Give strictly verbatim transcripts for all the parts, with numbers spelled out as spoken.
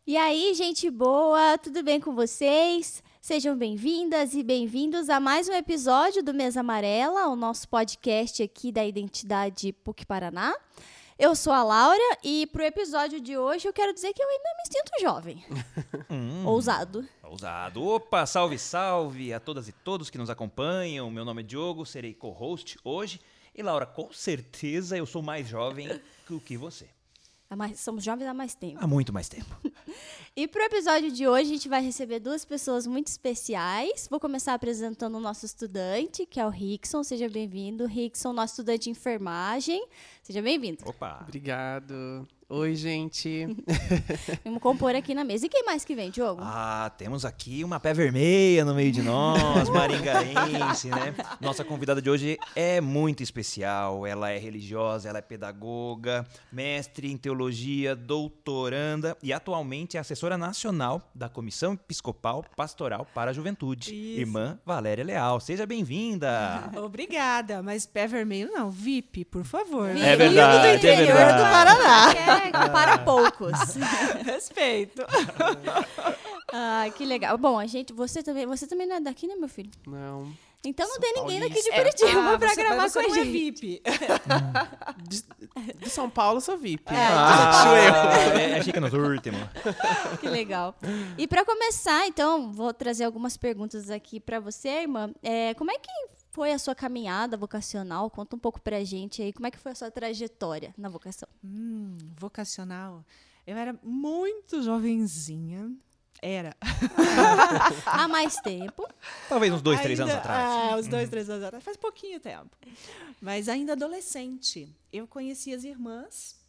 E aí, gente boa, tudo bem com vocês? Sejam bem-vindas e bem-vindos a mais um episódio do Mesa Amarela, o nosso podcast aqui da Identidade P U C Paraná. Eu sou a Laura e pro episódio de hoje eu quero dizer que eu ainda me sinto jovem. hum, Ousado. Ousado. Opa, salve, salve a todas e todos que nos acompanham. Meu nome é Diogo, serei co-host hoje. E Laura, com certeza eu sou mais jovem do que você. Há mais, somos jovens há mais tempo. Há muito mais tempo. E pro episódio de hoje a gente vai receber duas pessoas muito especiais. Vou começar apresentando o nosso estudante, que é o Rickson. Seja bem-vindo. Rickson, nosso estudante de enfermagem. Seja bem-vindo. Opa. Obrigado. Oi, gente. Vamos compor aqui na mesa. E quem mais que vem, Diogo? Ah, temos aqui uma pé vermelha no meio de nós, maringaense, né? Nossa convidada de hoje é muito especial. Ela é religiosa, ela é pedagoga, mestre em teologia, doutoranda e atualmente é assessora nacional da Comissão Episcopal Pastoral para a Juventude. Isso. Irmã Valéria Leal. Seja bem-vinda. Obrigada, mas pé vermelho não, V I P, por favor. É Bem-vindo verdade, do é interior verdade. do Paraná. É para poucos. Respeito. Ai, que legal. Bom, a gente, você também, você também não é daqui, né, meu filho? Não. Então não Sou tem ninguém daqui de paulista. Curitiba Ah, pra você- gravar mas com você a não é gente. V I P. De, de São Paulo, eu sou V I P. Ah, é, achei que nos últimos. Que legal. E para começar, então, vou trazer algumas perguntas aqui para você, irmã. É, como é que foi a sua caminhada vocacional? Conta um pouco pra gente aí. Como é que foi a sua trajetória na vocação? Hum, vocacional. Eu era muito jovenzinha. Era. Há mais tempo. Talvez uns dois, três Ainda- anos atrás. Ah, uns dois, três anos atrás. Faz pouquinho tempo. Mas ainda adolescente. Eu conheci as irmãs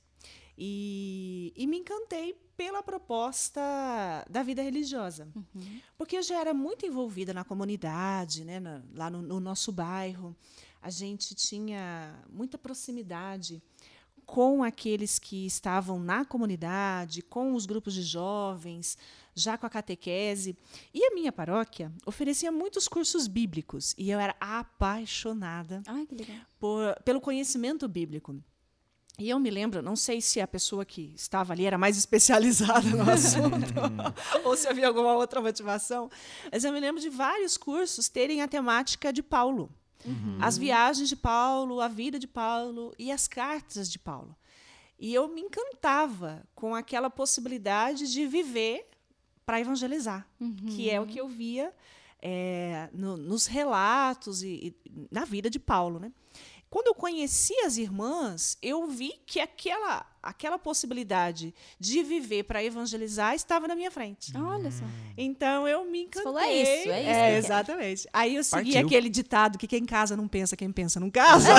e, e me encantei pela proposta da vida religiosa. Porque eu já era muito envolvida na comunidade, né, na- lá no, no nosso bairro. A gente tinha muita proximidade com aqueles que estavam na comunidade, com os grupos de jovens, já com a catequese. E a minha paróquia oferecia muitos cursos bíblicos. E eu era apaixonada Ai, que legal. por, pelo conhecimento bíblico. E eu me lembro, não sei se a pessoa que estava ali era mais especializada no assunto ou se havia alguma outra motivação, mas eu me lembro de vários cursos terem a temática de Paulo. As viagens de Paulo, a vida de Paulo e as cartas de Paulo. E eu me encantava com aquela possibilidade de viver para evangelizar, que é o que eu via é, no, nos relatos e, e na vida de Paulo, né? Quando eu conheci as irmãs, eu vi que aquela, aquela possibilidade de viver para evangelizar estava na minha frente. Olha só. Então eu me encantei. Você falou, é isso, é isso que eu quero. Exatamente. Aí eu segui Partiu. aquele ditado que quem casa não pensa, quem pensa não casa.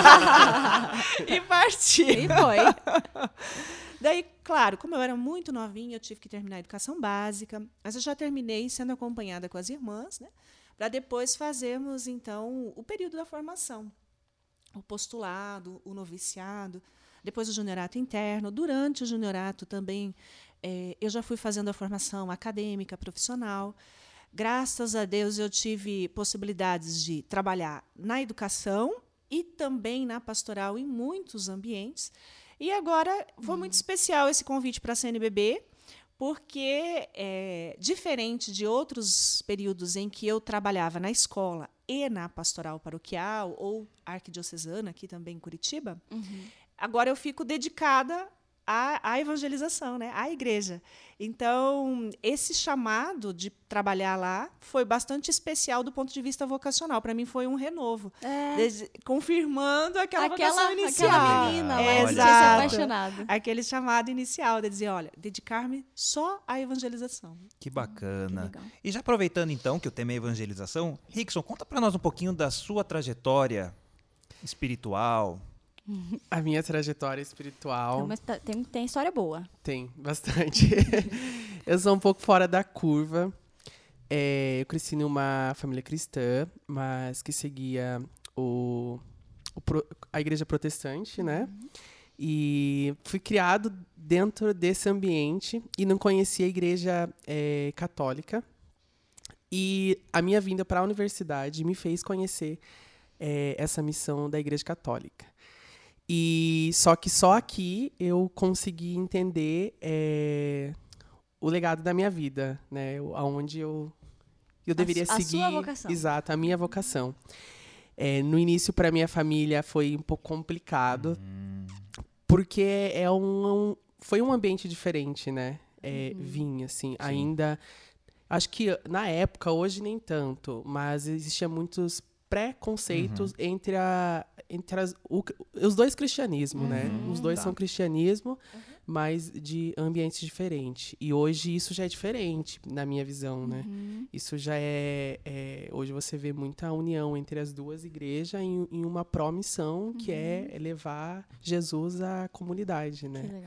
E parti. E foi. Daí, claro, como eu era muito novinha, eu tive que terminar a educação básica, mas eu já terminei sendo acompanhada com as irmãs, né, para depois fazermos, então, o período da formação. O postulado, o noviciado, depois o juniorato interno. Durante o juniorato também, eh, eu já fui fazendo a formação acadêmica, profissional. Graças a Deus, eu tive possibilidades de trabalhar na educação e também na pastoral em muitos ambientes. E agora foi muito especial esse convite para a C N B B, porque, é, diferente de outros períodos em que eu trabalhava na escola e na pastoral paroquial ou arquidiocesana, aqui também em Curitiba, agora eu fico dedicada à, à evangelização, né, à igreja. Então, esse chamado de trabalhar lá foi bastante especial do ponto de vista vocacional. Para mim, foi um renovo, É. desde- confirmando aquela, Aquela, vocação inicial. aquela menina lá, É, que tinha se exato. apaixonado. Aquele chamado inicial de dizer, olha, dedicar-me só à evangelização. Que bacana. Que legal. E já aproveitando então que o tema é evangelização, Rickson, conta pra nós um pouquinho da sua trajetória espiritual. A minha trajetória espiritual Tem, uma histó- tem, tem história boa. tem bastante. Eu sou um pouco fora da curva. É, eu cresci numa família cristã, mas que seguia o, o pro- a igreja protestante, né? E fui criado dentro desse ambiente e não conhecia a igreja é, católica. E a minha vinda para a universidade me fez conhecer é, essa missão da igreja católica. E só que só aqui eu consegui entender é, o legado da minha vida, né? O- Aonde eu, eu deveria su- a seguir. sua vocação. Exato, a minha vocação. É, no início, para minha família, foi um pouco complicado, porque é um, um- foi um ambiente diferente, né? É, Vim, assim, ainda... Acho que na época, hoje nem tanto, mas existia muitos preconceitos entre, a, entre as, o- os dois cristianismos, né? Os dois Tá. são cristianismo, mas de ambientes diferentes. E hoje isso já é diferente, na minha visão, né? Isso já é, é... Hoje você vê muita união entre as duas igrejas em, em uma pró-missão, que é levar Jesus à comunidade, né? Que legal.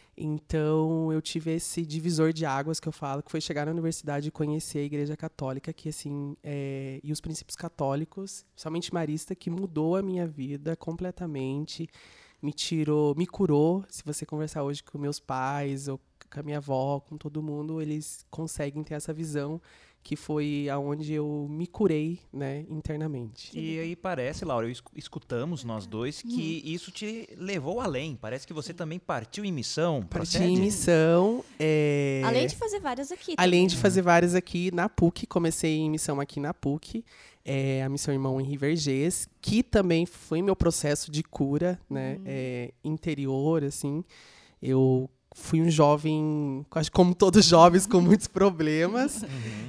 Então, eu tive esse divisor de águas que eu falo, que foi chegar na universidade e conhecer a Igreja Católica, que assim, é, e os princípios católicos, somente marista, que mudou a minha vida completamente, me tirou, me curou. Se você conversar hoje com meus pais, ou com a minha avó, com todo mundo, eles conseguem ter essa visão, que foi aonde eu me curei, né, internamente. E aí parece, Laura, eu escu- escutamos nós dois que isso te levou além. Parece que você também partiu em missão. Parti procede? em missão. é, Além de fazer várias aqui. Além também, de né? fazer várias aqui na P U C, comecei em missão aqui na P U C, é, a missão Irmão Henri Vergés, que também foi meu processo de cura, né, é, interior, assim. Eu fui um jovem, acho que como todos jovens, com muitos problemas,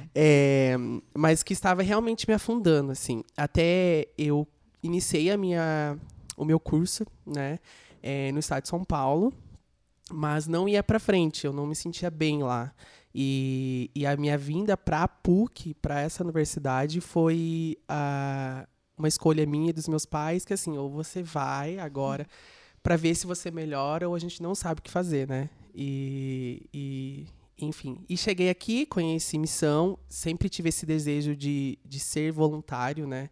é, mas que estava realmente me afundando, assim. Até eu iniciei a minha, o meu curso, né, é, no estado de São Paulo, mas não ia para frente, eu não me sentia bem lá. E, e a minha vinda para a P U C, para essa universidade, foi a, uma escolha minha e dos meus pais, que assim, ou você vai agora para ver se você melhora, ou a gente não sabe o que fazer, né? E, e enfim, e cheguei aqui, conheci missão, sempre tive esse desejo de, de ser voluntário, né?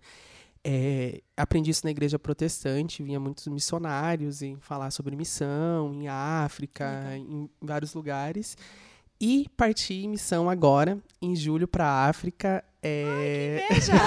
É, aprendi isso na igreja protestante, vinha muitos missionários em falar sobre missão, em África, em vários lugares. E parti em missão agora, em julho, para a África. É,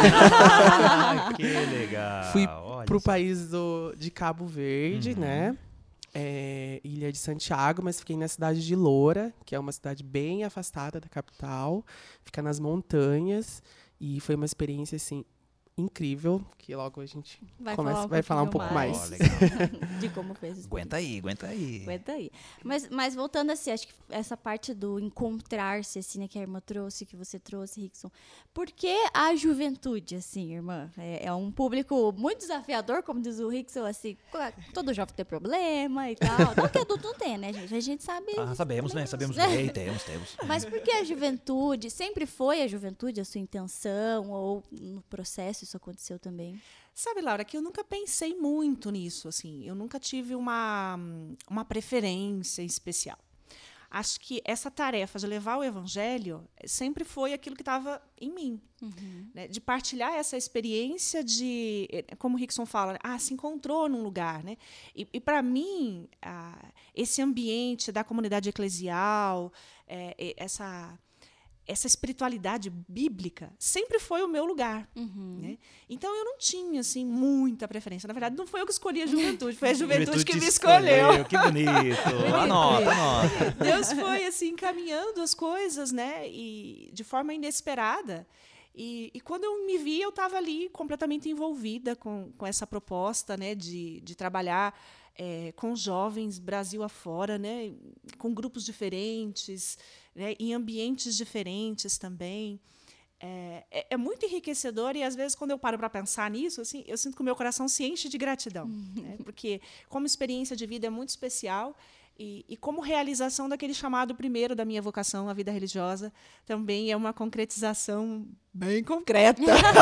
Ah, que legal. Fui Olha para o só. país do, de Cabo Verde, Uhum. né? É, Ilha de Santiago, mas fiquei na cidade de Loura, que é uma cidade bem afastada da capital, fica nas montanhas, e foi uma experiência, assim, incrível, que logo a gente Vai começa- falar um vai falar um pouquinho pouco mais. Ó, legal. de como fez isso. Aguenta aí, aguenta aí. Aguenta aí. Mas, mas voltando assim, acho que essa parte do encontrar-se, assim, né, que a irmã trouxe, que você trouxe, Rickson. Por que a juventude, assim, irmã? É, é um público muito desafiador, como diz o Rickson, assim, todo jovem tem problema e tal. Não que adulto não tem, né, gente? A gente sabe. Ah, sabemos, né? Sabemos É. bem, temos, temos. Mas por que a juventude? Sempre foi a juventude a sua intenção? Ou no processo isso aconteceu também? Sabe, Laura, que eu nunca pensei muito nisso, assim. Eu nunca tive uma, uma preferência especial. Acho que essa tarefa de levar o evangelho sempre foi aquilo que estava em mim. Né? De partilhar essa experiência de, como o Rickson fala, ah, se encontrou num lugar. Né? E, e para mim, ah, esse ambiente da comunidade eclesial, é, é, essa... essa espiritualidade bíblica sempre foi o meu lugar. Né? Então, eu não tinha assim, muita preferência. Na verdade, não foi eu que escolhi a juventude, foi a juventude, que te me escolheu. Que bonito. Anota, anota. Deus foi assim encaminhando as coisas, né? E de forma inesperada. E, e quando eu me vi, eu estava ali completamente envolvida com, com essa proposta, né? De, de trabalhar é, com jovens Brasil afora, né? Com grupos diferentes, né? Em ambientes diferentes também. É, é, é muito enriquecedor e, às vezes, quando eu paro para pensar nisso, assim, eu sinto que o meu coração se enche de gratidão. Né? Porque, como experiência de vida, é muito especial. E, e como realização daquele chamado primeiro da minha vocação, a vida religiosa, também é uma concretização bem concreta.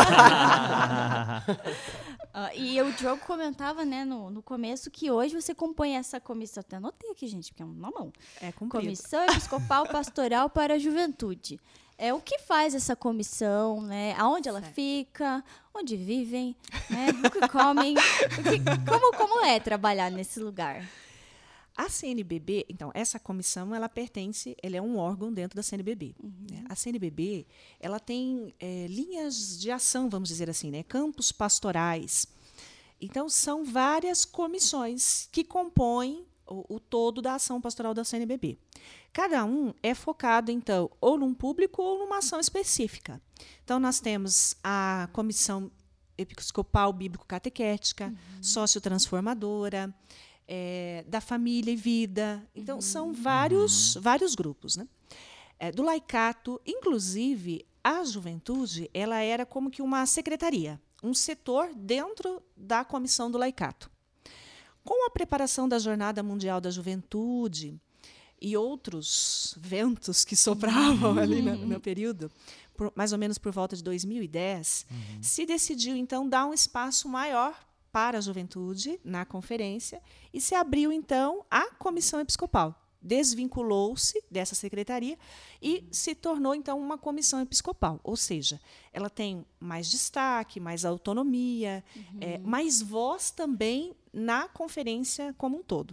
Ah, e o Diogo comentava, né, no, no começo, que hoje você compõe essa comissão. Até anotei aqui, gente, porque é uma mão. É cumprido. Comissão Episcopal Pastoral para a Juventude. É o que faz essa comissão, né? Aonde ela Certo. fica, onde vivem, né? O que comem, o que- como, como é trabalhar nesse lugar? A C N B B, então, essa comissão, ela pertence, ela é um órgão dentro da C N B B. Né? A C N B B, ela tem é, linhas de ação, vamos dizer assim, né? Campos pastorais. Então, são várias comissões que compõem o, o todo da ação pastoral da C N B B. Cada um é focado, então, ou num público ou numa ação específica. Então, nós temos a Comissão Episcopal Bíblico-Catequética, uhum. Sociotransformadora, é, da Família e Vida. Então, uhum. são vários, uhum. vários grupos, né? É, do laicato, inclusive, a juventude, ela era como que uma secretaria, um setor dentro da comissão do laicato. Com a preparação da Jornada Mundial da Juventude e outros ventos que sopravam uhum. ali no, no período, por, mais ou menos por volta de dois mil e dez, uhum. se decidiu, então, dar um espaço maior para a juventude na conferência e se abriu, então, a Comissão Episcopal. Desvinculou-se dessa secretaria e se tornou, então, uma comissão episcopal. Ou seja, ela tem mais destaque, mais autonomia, uhum. é, mais voz também na conferência como um todo.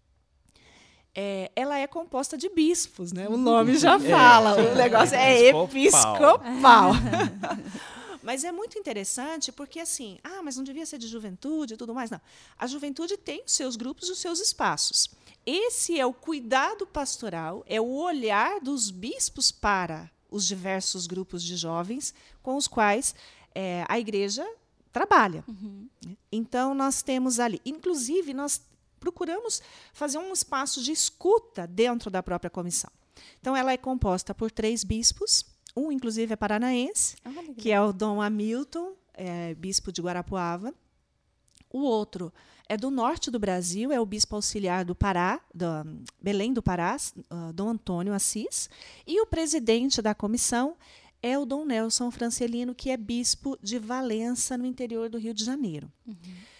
É, ela é composta de bispos, né? O nome já fala, é, o negócio é episcopal. episcopal. Mas é muito interessante porque, assim, ah, mas não devia ser de juventude e tudo mais. Não. A juventude tem os seus grupos e os seus espaços. Esse é o cuidado pastoral, é o olhar dos bispos para os diversos grupos de jovens com os quais é, a igreja trabalha. Uhum. Então, nós temos ali, inclusive, nós procuramos fazer um espaço de escuta dentro da própria comissão. Então, ela é composta por três bispos, um, inclusive, é paranaense, oh, que é o Dom Hamilton, é, bispo de Guarapuava. O outro é do norte do Brasil, é o bispo auxiliar do Pará, do Belém do Pará, uh, Dom Antônio Assis. E o presidente da comissão é o Dom Nelson Francelino, que é bispo de Valença, no interior do Rio de Janeiro. Uhum.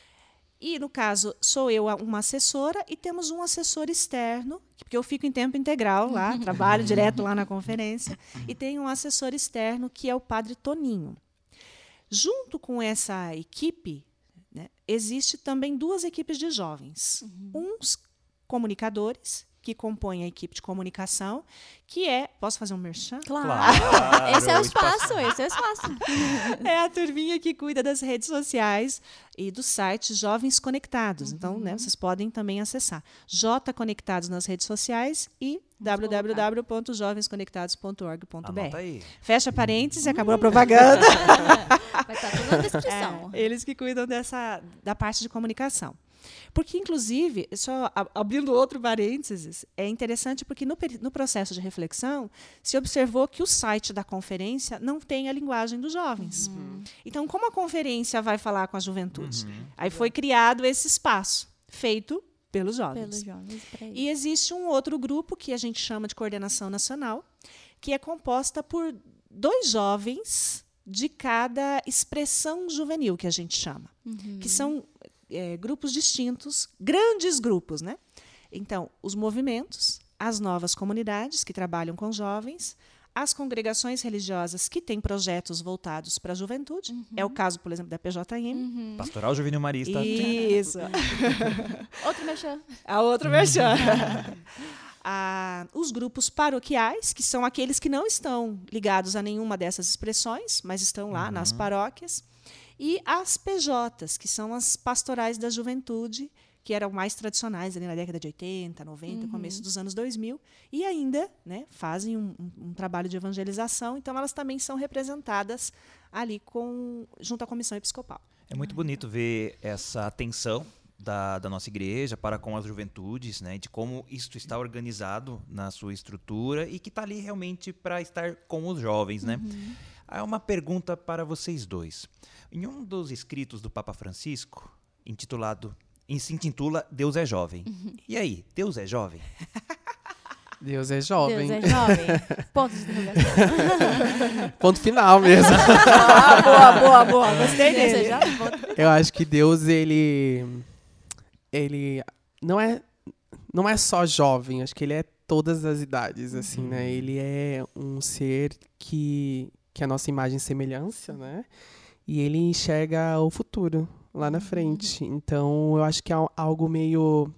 E, no caso, sou eu uma assessora e temos um assessor externo, porque eu fico em tempo integral lá, trabalho direto lá na conferência, e tem um assessor externo, que é o padre Toninho. Junto com essa equipe, né, existe também duas equipes de jovens. Uhum. Uns comunicadores, que compõem a equipe de comunicação, que é... Posso fazer um merchan? Claro. claro. Esse é o espaço, esse é o espaço. É a turminha que cuida das redes sociais e do site Jovens Conectados. Uhum. Então, né, vocês podem também acessar J Conectados nas redes sociais e w w w ponto jovens conectados ponto org ponto b r. Fecha parênteses, acabou a propaganda. Vai estar tudo na descrição. É, eles que cuidam dessa, da parte de comunicação. Porque, inclusive, só abrindo outro parênteses, é interessante porque no, no processo de reflexão se observou que o site da conferência não tem a linguagem dos jovens. Uhum. Então, como a conferência vai falar com a juventude? Uhum. Aí foi criado esse espaço, feito pelos jovens. Pelos jovens e existe um outro grupo que a gente chama de coordenação nacional, que é composta por dois jovens de cada expressão juvenil, que a gente chama, uhum. que são é, grupos distintos, grandes grupos, né? Então, os movimentos, as novas comunidades que trabalham com jovens, as congregações religiosas que têm projetos voltados para a juventude. Uhum. É o caso, por exemplo, da P J M. Uhum. Pastoral Juvenil Marista. Isso. Outro merchan. A outro merchan. Ah, os grupos paroquiais, que são aqueles que não estão ligados a nenhuma dessas expressões, mas estão lá uhum. nas paróquias. E as P Js, que são as pastorais da juventude, que eram mais tradicionais ali na década de oitenta, noventa, uhum. começo dos anos dois mil, e ainda, né, fazem um, um, um trabalho de evangelização, então elas também são representadas ali com, junto à Comissão Episcopal. É muito bonito ver essa atenção da, da nossa igreja para com as juventudes, né, de como isto está organizado na sua estrutura e que está ali realmente para estar com os jovens. Né? Uhum. Há uma pergunta para vocês dois. Em um dos escritos do Papa Francisco, intitulado... E se intitula Deus é Jovem. Uhum. E aí, Deus é jovem? Deus é jovem. Deus é jovem. Ponto de interrogação. Ponto final mesmo. Ah, boa, boa, boa. Gostei dele. Eu acho que Deus, ele... Ele não é, não é só jovem. Acho que ele é todas as idades, assim, uhum. né? Ele é um ser que, que é a nossa imagem e semelhança, né? E ele enxerga o futuro lá na frente. Então, eu acho que é algo meio...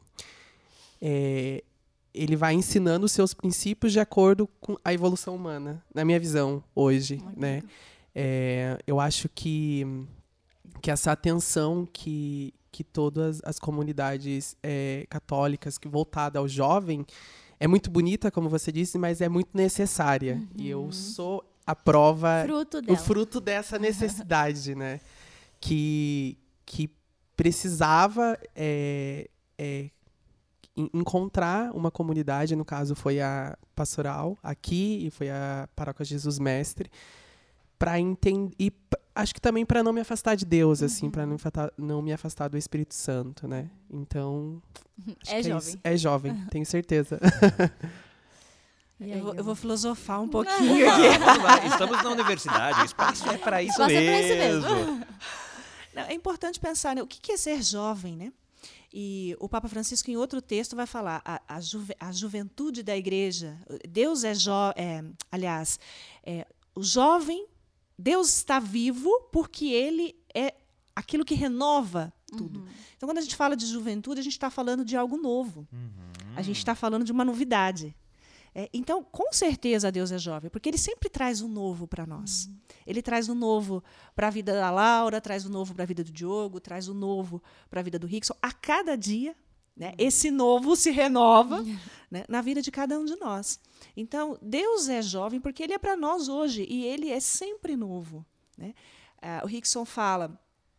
É, ele vai ensinando os seus princípios de acordo com a evolução humana, na minha visão, hoje. Né? É, eu acho que que essa atenção que, que todas as comunidades é, católicas que voltada ao jovem é muito bonita, como você disse, mas é muito necessária. Uhum. E eu sou a prova, fruto o fruto dessa necessidade, né? Que, que precisava é, é, encontrar uma comunidade, no caso foi a pastoral aqui e foi a Paróquia Jesus Mestre, para entender e acho que também para não me afastar de Deus, assim, uhum. para não, não me afastar do Espírito Santo, né? Então é jovem, é, é jovem, tenho certeza. Eu vou, eu vou filosofar um pouquinho. Ah, vamos lá. Estamos na universidade, o espaço é para isso, é mesmo. Não, é importante pensar, né, o que é ser jovem, né? E o Papa Francisco, em outro texto, vai falar a, a, juve, a juventude da igreja. Deus é, jo, é aliás, é, o jovem, Deus está vivo porque ele é aquilo que renova tudo. Uhum. Então, quando a gente fala de juventude, a gente está falando de algo novo. Uhum. A gente está falando de uma novidade. É, então, com certeza, Deus é jovem, porque Ele sempre traz um novo para nós. Uhum. Ele traz um novo para a vida da Laura, traz um novo para a vida do Diogo, traz um novo para a vida do Rickson. A cada dia, né, uhum. esse novo se renova uhum. né, na vida de cada um de nós. Então, Deus é jovem porque Ele é para nós hoje e Ele é sempre novo. Né? Ah, o Rickson fala,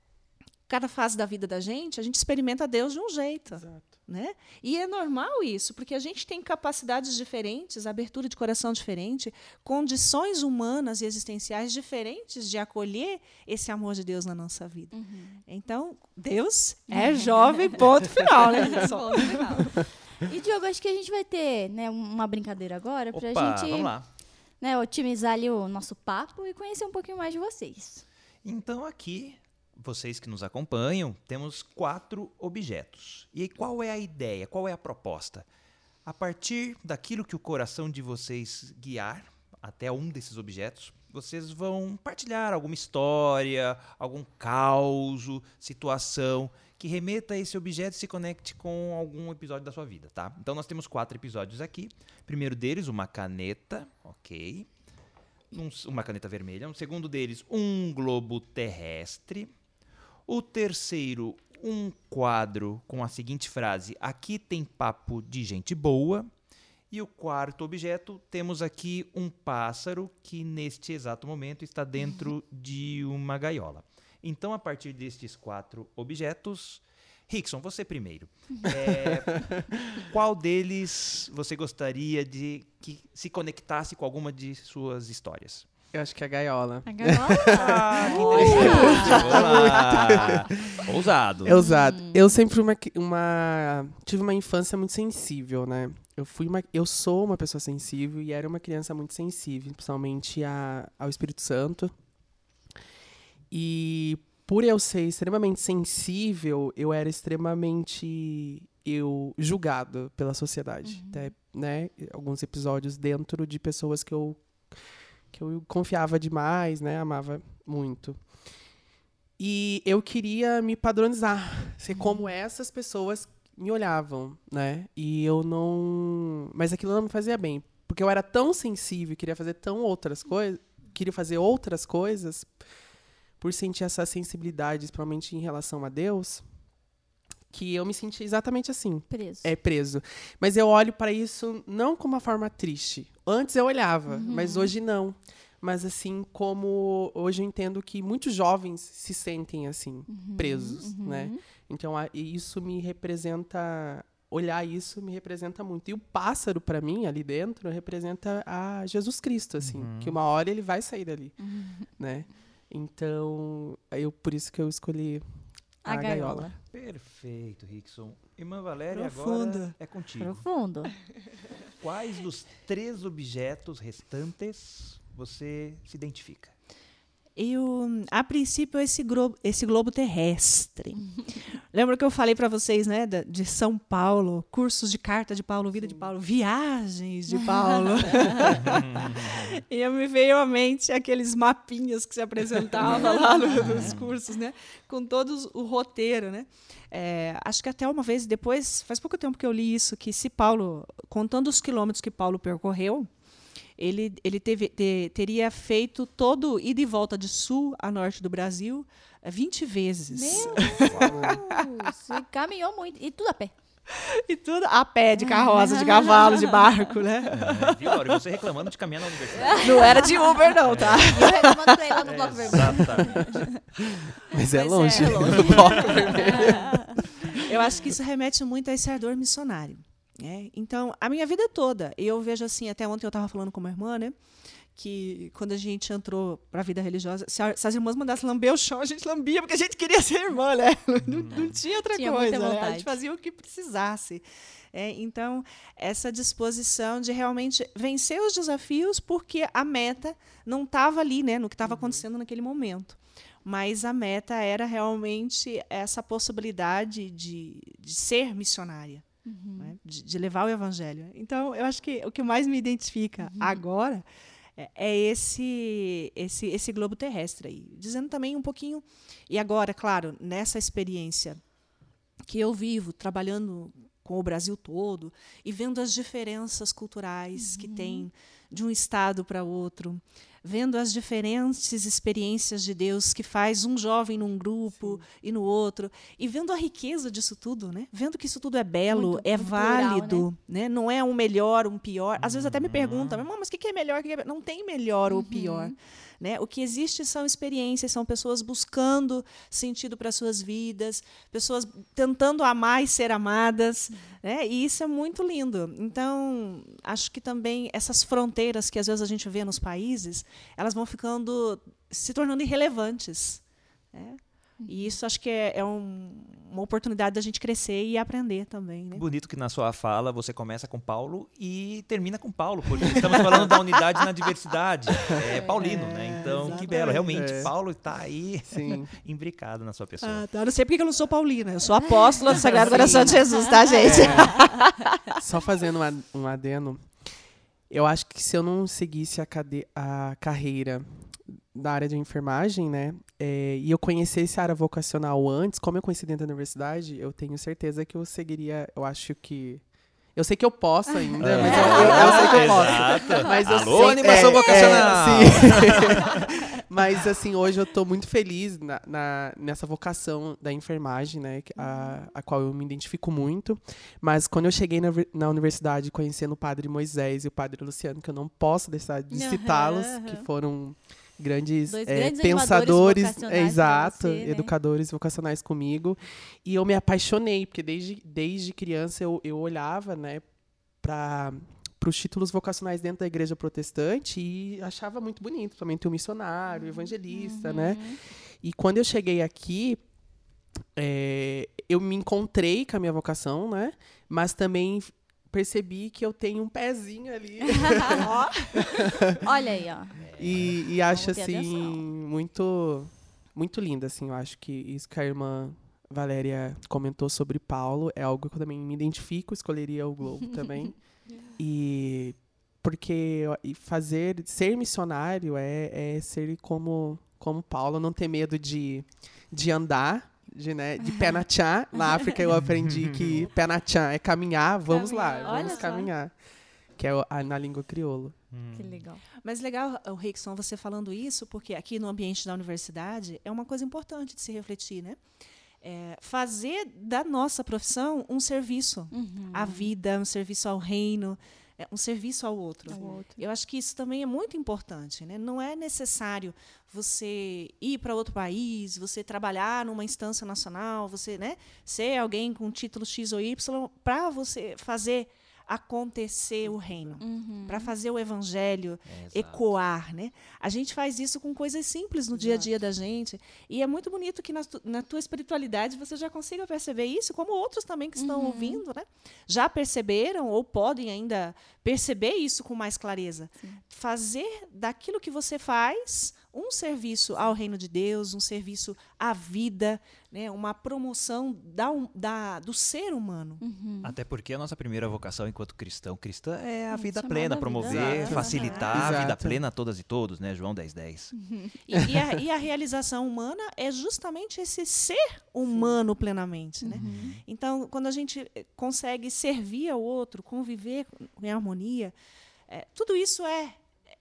cada fase da vida da gente, a gente experimenta Deus de um jeito. Exato. Né? E é normal isso, porque a gente tem capacidades diferentes, abertura de coração diferente, condições humanas e existenciais diferentes de acolher esse amor de Deus na nossa vida. Uhum. Então, Deus é jovem, ponto final. Né? Ponto final. E, Diogo, acho que a gente vai ter, né, uma brincadeira agora para a gente, vamos lá. Né, otimizar ali o nosso papo e conhecer um pouquinho mais de vocês. Então, aqui... Vocês que nos acompanham, temos quatro objetos. E qual é a ideia? Qual é a proposta? A partir daquilo que o coração de vocês guiar até um desses objetos, vocês vão partilhar alguma história, algum caos, situação que remeta a esse objeto e se conecte com algum episódio da sua vida, tá? Então nós temos quatro episódios aqui. Primeiro deles, uma caneta, ok. Um, uma caneta vermelha. Um segundo deles, um globo terrestre. O terceiro, um quadro com a seguinte frase: aqui tem papo de gente boa. E o quarto objeto, temos aqui um pássaro que neste exato momento está dentro de uma gaiola. Então, a partir destes quatro objetos, Rickson, você primeiro. É, qual deles você gostaria de que se conectasse com alguma de suas histórias? Eu acho que é a gaiola. A gaiola? Ah, que interessante. Vamos lá. Ousado. É ousado. Hum. Eu sempre uma, uma, tive uma infância muito sensível, né? Eu, fui uma, eu sou uma pessoa sensível e era uma criança muito sensível, principalmente a, ao Espírito Santo. E por eu ser extremamente sensível, eu era extremamente eu, julgado pela sociedade. Uhum. Até, né, alguns episódios dentro de pessoas que eu que eu confiava demais, né, amava muito. E eu queria me padronizar, ser como essas pessoas me olhavam, né? E eu não... Mas aquilo não me fazia bem, porque eu era tão sensível, queria fazer tão outras coisas, queria fazer outras coisas, por sentir essa sensibilidade, principalmente em relação a Deus, que eu me senti exatamente assim. Preso. É, preso. Mas eu olho para isso não como uma forma triste. Antes eu olhava, uhum. mas hoje não. Mas assim, como hoje eu entendo que muitos jovens se sentem assim, uhum. presos, uhum. né? Então, a, isso me representa... Olhar isso me representa muito. E o pássaro, para mim, ali dentro, representa a Jesus Cristo, assim. Uhum. Que uma hora ele vai sair dali, uhum. né? Então, eu, por isso que eu escolhi... A, a gaiola. gaiola. Perfeito, Rickson. Irmã Valéria, Profundo. Agora é contigo. Profundo. Quais dos três objetos restantes você se identifica? Eu, a princípio, esse globo, esse globo terrestre. Lembra que eu falei para vocês, né, de São Paulo, cursos de carta de Paulo, vida Sim. de Paulo, viagens de Paulo. E eu me veio à mente aqueles mapinhas que se apresentavam lá no, nos cursos, né, com todos o roteiro, né. É, acho que até uma vez depois, faz pouco tempo que eu li isso, que se Paulo, contando os quilômetros que Paulo percorreu, ele, ele teve, te, teria feito todo ida e volta de sul a norte do Brasil vinte vezes. Meu Deus! Você caminhou muito. E tudo a pé. E tudo a pé, de carroça, de cavalo, de barco, né? É, viu, Laura? E você reclamando de caminhar na universidade. Não era de Uber, não, tá? E eu reclamando pra ele lá no Bloco Vermelho. Exatamente. Mas é Mas longe. é longe. do Bloco Vermelho. Eu acho que isso remete muito a esse ardor missionário. Né? Então, a minha vida toda, eu vejo assim, até ontem eu estava falando com uma irmã, né? Que quando a gente entrou para a vida religiosa, se, a, se as irmãs mandassem lamber o chão, a gente lambia, porque a gente queria ser irmã, né? Não, não tinha outra Tinha coisa, muita né? A vontade. gente fazia o que precisasse. É, então, essa disposição de realmente vencer os desafios, porque a meta não estava ali, né? No que estava acontecendo naquele momento. Mas a meta era realmente essa possibilidade de, de ser missionária, Uhum. né? de, de levar o evangelho. Então, eu acho que o que mais me identifica Uhum. agora é, é esse, esse, esse globo terrestre aí. Dizendo também um pouquinho... E agora, claro, nessa experiência que eu vivo, trabalhando com o Brasil todo e vendo as diferenças culturais Uhum. que tem de um estado para outro, vendo as diferentes experiências de Deus que faz um jovem num grupo Sim. e no outro, e vendo a riqueza disso tudo, né? Vendo que isso tudo é belo, muito, é muito válido, plural, né? Né? Não é um melhor, um pior. Às Uhum. vezes até me perguntam, mas o que é melhor? O que é... Não tem melhor uhum. ou pior. Né? O que existe são experiências, são pessoas buscando sentido para suas vidas, pessoas tentando amar e ser amadas, uhum. né? E isso é muito lindo. Então, acho que também essas fronteiras que às vezes a gente vê nos países, elas vão ficando, se tornando irrelevantes. Né? Uhum. E isso acho que é, é um, uma oportunidade da gente crescer e aprender também. Né? Bonito que na sua fala você começa com Paulo e termina com Paulo, porque estamos falando da unidade na diversidade. É paulino, é, né? Então, exatamente. Que belo. Realmente, é. Paulo está aí imbricado na sua pessoa. Ah, tá. Eu não sei porque eu não sou paulina. Eu sou apóstola do Sagrado Coração de Jesus, tá, gente? É. Só fazendo um adeno, eu acho que se eu não seguisse a, cade- a carreira da área de enfermagem, né, é, e eu conhecesse a área vocacional antes, como eu conheci dentro da universidade, eu tenho certeza que eu seguiria, eu acho que... Eu sei que eu posso ainda, é. mas eu, eu, eu sei que eu posso. Exato. Mas eu Alô, sei, animação é, vocacional! É, sim. Mas, assim, hoje eu estou muito feliz na, na, nessa vocação da enfermagem, né, a, a qual eu me identifico muito. Mas quando eu cheguei na, na universidade conhecendo o padre Moisés e o padre Luciano, que eu não posso deixar de Uhum, citá-los, uhum. que foram... grandes, Dois é, grandes pensadores, é, exato, você, né? educadores vocacionais comigo. E eu me apaixonei, porque desde, desde criança eu, eu olhava, né, para os títulos vocacionais dentro da igreja protestante e achava muito bonito. Também tem o missionário, o evangelista, uhum. né? E quando eu cheguei aqui, é, eu me encontrei com a minha vocação, né? Mas também percebi que eu tenho um pezinho ali. Olha aí, ó. E, e acho, ter assim, atenção. muito, muito lindo, assim. Eu acho que isso que a irmã Valéria comentou sobre Paulo é algo que eu também me identifico, escolheria o Globo também. E porque e fazer, ser missionário é, é ser como, como Paulo, não ter medo de, de andar, de, né, de pé na chá. Na África eu aprendi que pé na chá é caminhar, vamos Caminhar, lá, olha vamos só. caminhar. Que é o- a, na língua crioula. Que legal. Mas legal, o Rickson, você falando isso, porque aqui no ambiente da universidade é uma coisa importante de se refletir, né? É fazer da nossa profissão um serviço Uhum. à vida, um serviço ao reino, é, um serviço ao outro. Ao outro. Eu acho que isso também é muito importante, né? Não é necessário você ir para outro país, você trabalhar numa instância nacional, você, né, ser alguém com título X ou Y para você fazer acontecer o reino, Uhum. para fazer o evangelho É, exato. ecoar, né? A gente faz isso com coisas simples no dia a dia da gente, e é muito bonito que na, tu, na tua espiritualidade você já consiga perceber isso, como outros também que estão Uhum. ouvindo, né? Já perceberam ou podem ainda perceber isso com mais clareza. Sim. Fazer daquilo que você faz um serviço ao reino de Deus, um serviço à vida, né? Uma promoção da, um- da, do ser humano. Uhum. Até porque a nossa primeira vocação enquanto cristão, cristã, é a É vida chamada plena, vida, promover, exato. facilitar a vida Exato. plena a todas e todos, né? João dez, dez. E, e a, e a realização humana é justamente esse ser humano plenamente, né? Uhum. Então, quando a gente eh, consegue servir ao outro, conviver em harmonia, eh, tudo isso é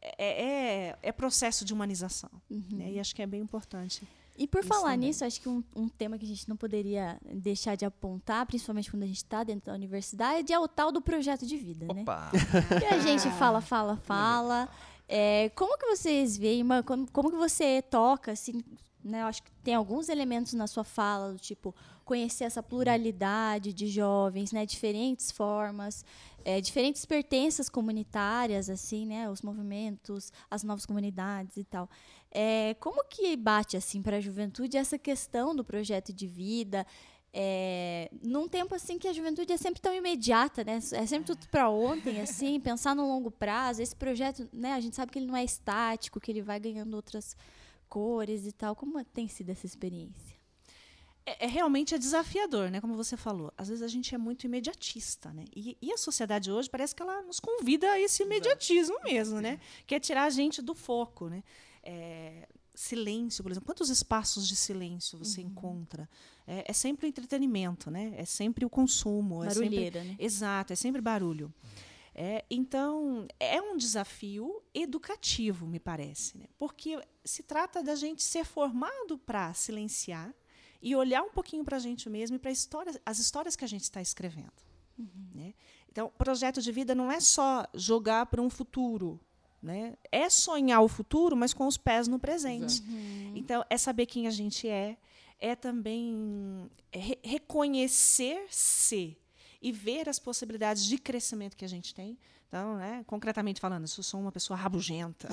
é, é, é processo de humanização. Uhum. Né? E acho que é bem importante. E por Isso falar também. nisso, acho que um, um tema que a gente não poderia deixar de apontar, principalmente quando a gente está dentro da universidade, é o tal do projeto de vida, né? Opa! Que a gente fala, fala, fala. É, como que vocês veem, uma, como, como que você toca, assim, né? Eu acho que tem alguns elementos na sua fala, do tipo, conhecer essa pluralidade de jovens, né? Diferentes formas, é, diferentes pertenças comunitárias, assim, né? Os movimentos, as novas comunidades e tal. É, como que bate, assim, para a juventude essa questão do projeto de vida? É, num tempo assim que a juventude é sempre tão imediata, né? É sempre tudo para ontem, assim, pensar no longo prazo. Esse projeto, né? A gente sabe que ele não é estático, que ele vai ganhando outras cores e tal. Como tem sido essa experiência? É, é realmente é desafiador, né? Como você falou. Às vezes a gente é muito imediatista, né? E, e a sociedade hoje parece que ela nos convida a esse imediatismo mesmo, né? Que é tirar a gente do foco, né? É, silêncio, por exemplo. Quantos espaços de silêncio você uhum. encontra? É, é sempre entretenimento, né? É sempre o consumo. Barulheira, é sempre, né? Exato, é sempre barulho. É, então, é um desafio educativo, me parece, né? Porque se trata da gente ser formado para silenciar e olhar um pouquinho para a gente mesmo e para histórias, as histórias que a gente está escrevendo. Uhum. Né? Então, o projeto de vida não é só jogar para um futuro, né? É sonhar o futuro, mas com os pés no presente. Uhum. Então, é saber quem a gente é, é também re- reconhecer-se e ver as possibilidades de crescimento que a gente tem. Então, né, concretamente falando, se eu sou uma pessoa rabugenta,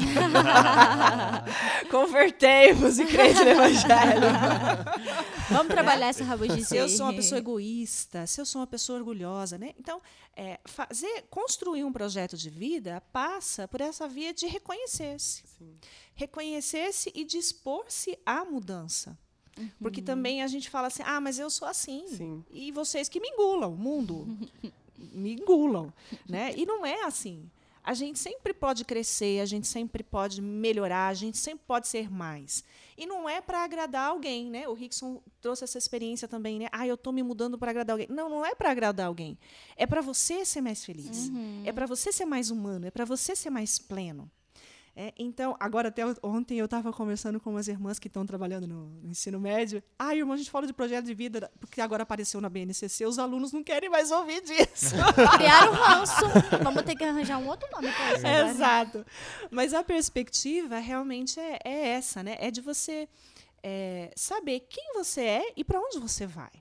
convertei-vos e crente no evangelho. Vamos trabalhar essa rabugice. Se eu sou uma pessoa egoísta, se eu sou uma pessoa orgulhosa, né? Então, é, fazer, construir um projeto de vida passa por essa via de reconhecer-se. Sim. Reconhecer-se e dispor-se à mudança. Uhum. Porque também a gente fala assim, ah, mas eu sou assim. Sim. E vocês que me engulam, o mundo me engulam. Né? E não é assim. A gente sempre pode crescer, a gente sempre pode melhorar, a gente sempre pode ser mais. E não é para agradar alguém. Né? O Rickson trouxe essa experiência também. Né? Ah, eu estou me mudando para agradar alguém. Não, não é para agradar alguém. É para você ser mais feliz. Uhum. É para você ser mais humano. É para você ser mais pleno. É, então, agora, até ontem eu estava conversando com umas irmãs que estão trabalhando no, no ensino médio. Ah, irmã, a gente fala de projeto de vida, porque agora apareceu na B N C C, os alunos não querem mais ouvir disso. Criaram ranço. Vamos ter que arranjar um outro nome para isso. É, exato. Mas a perspectiva realmente é, é essa, né? É de você é, saber quem você é e para onde você vai.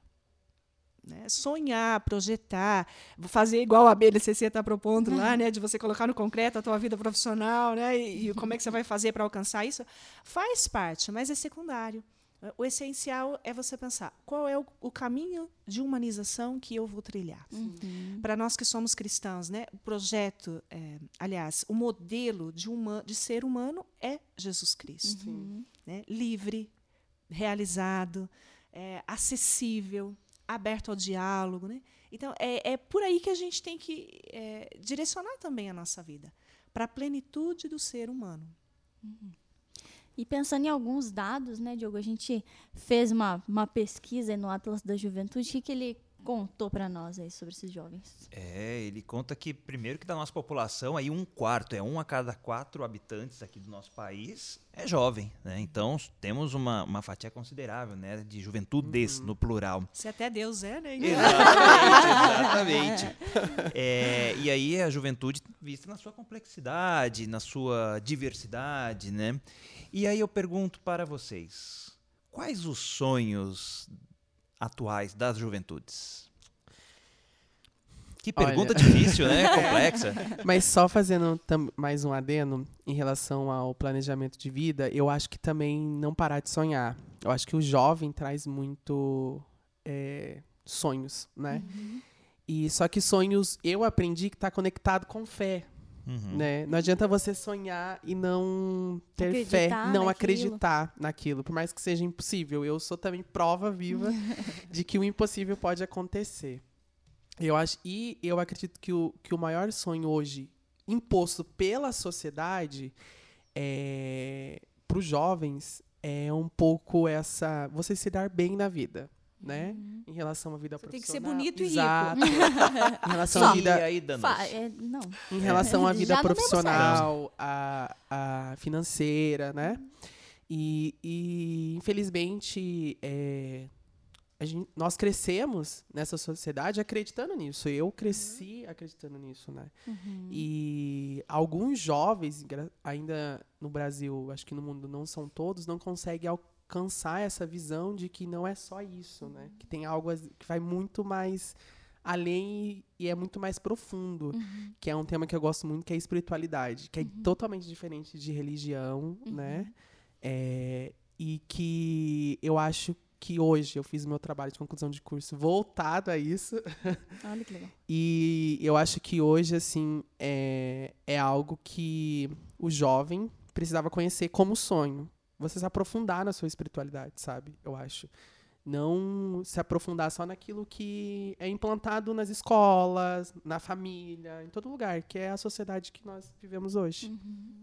Né? Sonhar, projetar, fazer igual a B N C C está propondo lá, né? De você colocar no concreto a tua vida profissional, né? E, e como é que você vai fazer para alcançar isso, faz parte, mas é secundário. O essencial é você pensar qual é o, o caminho de humanização que eu vou trilhar. Uhum. Para nós que somos cristãos, né? O projeto, é, aliás, o modelo de, uma, de ser humano é Jesus Cristo. Uhum. Né? Livre, realizado, é, acessível, aberto ao diálogo, né? Então, é, é por aí que a gente tem que é, direcionar também a nossa vida, para a plenitude do ser humano. Uhum. E pensando em alguns dados, né, Diogo? A gente fez uma, uma pesquisa no Atlas da Juventude. O que, que ele contou para nós aí sobre esses jovens? É, ele conta que, primeiro, que da nossa população, aí um quarto, é um a cada quatro habitantes aqui do nosso país, é jovem, né? Então, temos uma, uma fatia considerável, né, de juventudes, uhum. no plural. Se até Deus é, né? Exatamente, exatamente. É, e aí a juventude vista na sua complexidade, na sua diversidade, né? E aí eu pergunto para vocês, quais os sonhos atuais das juventudes? Que pergunta Olha. difícil, né? Complexa. Mas só fazendo tam- mais um adendo em relação ao planejamento de vida, eu acho que também não parar de sonhar. Eu acho que o jovem traz muito é, sonhos, né? Uhum. E só que sonhos, eu aprendi que está conectado com fé. Uhum. Né? Não adianta você sonhar e não ter acreditar fé, não naquilo. acreditar naquilo, por mais que seja impossível. Eu sou também prova viva de que o impossível pode acontecer. Eu acho, e eu acredito que o, que o maior sonho hoje, imposto pela sociedade, é, para os jovens, é um pouco essa... você se dar bem na vida. né? Em relação à vida Você tem que profissional. ser bonito e rico. Exato. Em relação Só. à vida, E aí, Danos? Fa- é, não. em relação à Já vida não demos profissional, a, a financeira, né? E, e infelizmente, é, a gente, nós crescemos nessa sociedade acreditando nisso. Eu cresci acreditando nisso, né? Uhum. E alguns jovens, gra- ainda no Brasil, acho que no mundo não são todos, não conseguem alcançar essa visão de que não é só isso, né? Que tem algo as- que vai muito mais além e, e é muito mais profundo, Uhum. que é um tema que eu gosto muito, que é a espiritualidade, que é totalmente diferente de religião, né? É, e que eu acho que hoje eu fiz o meu trabalho de conclusão de curso voltado a isso. Olha que legal. E eu acho que hoje, assim, é, é algo que o jovem precisava conhecer como sonho. Você se aprofundar na sua espiritualidade, sabe? Eu acho. Não se aprofundar só naquilo que é implantado nas escolas, na família, em todo lugar, que é a sociedade que nós vivemos hoje.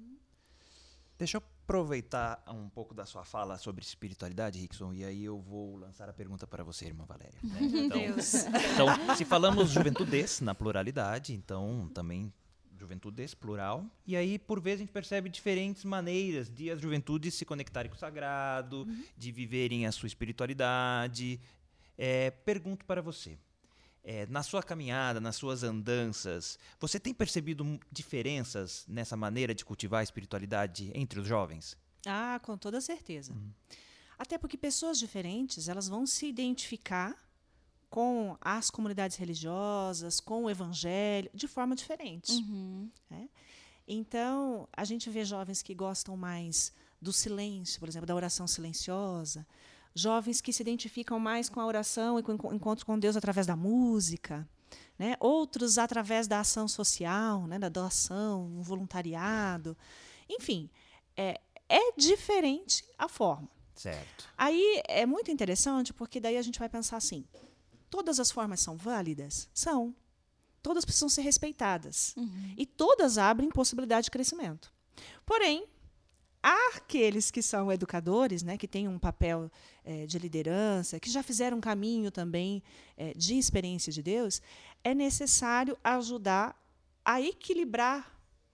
Deixa eu aproveitar um pouco da sua fala sobre espiritualidade, Rickson, e aí eu vou lançar a pergunta para você, irmã Valéria. né? Meu Então, Deus. então, se falamos juventudes na pluralidade, então também juventudes plural. E aí, por vezes, a gente percebe diferentes maneiras de as juventudes se conectarem com o sagrado, Uhum. de viverem a sua espiritualidade. É, pergunto para você. É, na sua caminhada, nas suas andanças, você tem percebido m- diferenças nessa maneira de cultivar a espiritualidade entre os jovens? Ah, com toda certeza. Até porque pessoas diferentes, elas vão se identificar com as comunidades religiosas, com o evangelho, de forma diferente. Uhum. né? Então, a gente vê jovens que gostam mais do silêncio, por exemplo, da oração silenciosa, jovens que se identificam mais com a oração e com o encontro com Deus através da música, né? Outros através da ação social, né? Da doação, um voluntariado. Enfim, é, é diferente a forma. Certo. Aí é muito interessante, porque daí a gente vai pensar assim, todas as formas são válidas? São. Todas precisam ser respeitadas. Uhum. E todas abrem possibilidade de crescimento. Porém, há aqueles que são educadores, né, que têm um papel eh, de liderança, que já fizeram um caminho também eh, de experiência de Deus, é necessário ajudar a equilibrar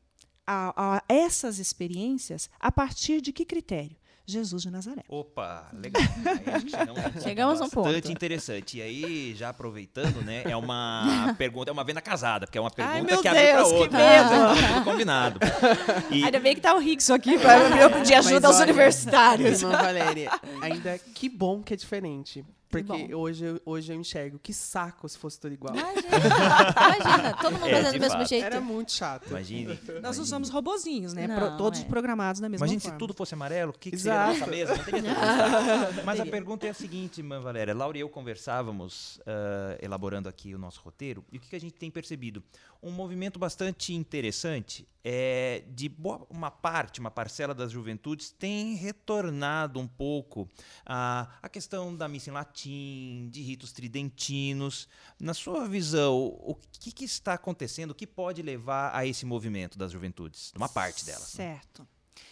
a, a essas experiências a partir de que critério? Jesus de Nazaré. Opa, legal. Aí acho que chegamos a um ponto Chegamos a um ponto. bastante interessante. E aí, já aproveitando, né, é uma pergunta, é uma venda casada, porque é uma pergunta Ai, meu que abre para Deus, que outra. medo! Né? Tá tudo combinado. E, Ainda bem que está o Rickson aqui para eu pedir ajuda Mas aos olha, universitários. Irmã Valéria, ainda que bom que é diferente. Porque bom. hoje, eu- hoje eu enxergo. Que saco se fosse tudo igual. Imagina, imagina, todo mundo É, fazendo de do mesmo fato. jeito. Era muito chato. imagine. Nós não imagine. somos robozinhos, né? Não, Pro- todos é. programados da mesma Imagine se forma. tudo fosse amarelo, o que, que seria da nossa Exato. mesa? Não teria tanto destaque. Mas a pergunta é a seguinte, irmã Valéria. Laura e eu conversávamos, ah, elaborando aqui o nosso roteiro, e o que, que a gente tem percebido? Um movimento bastante interessante é de boa, uma parte, uma parcela das juventudes tem retornado um pouco à, à questão da missa em latim, de ritos tridentinos. Na sua visão, o que, que está acontecendo, o que pode levar a esse movimento das juventudes? Uma parte delas. né? Certo.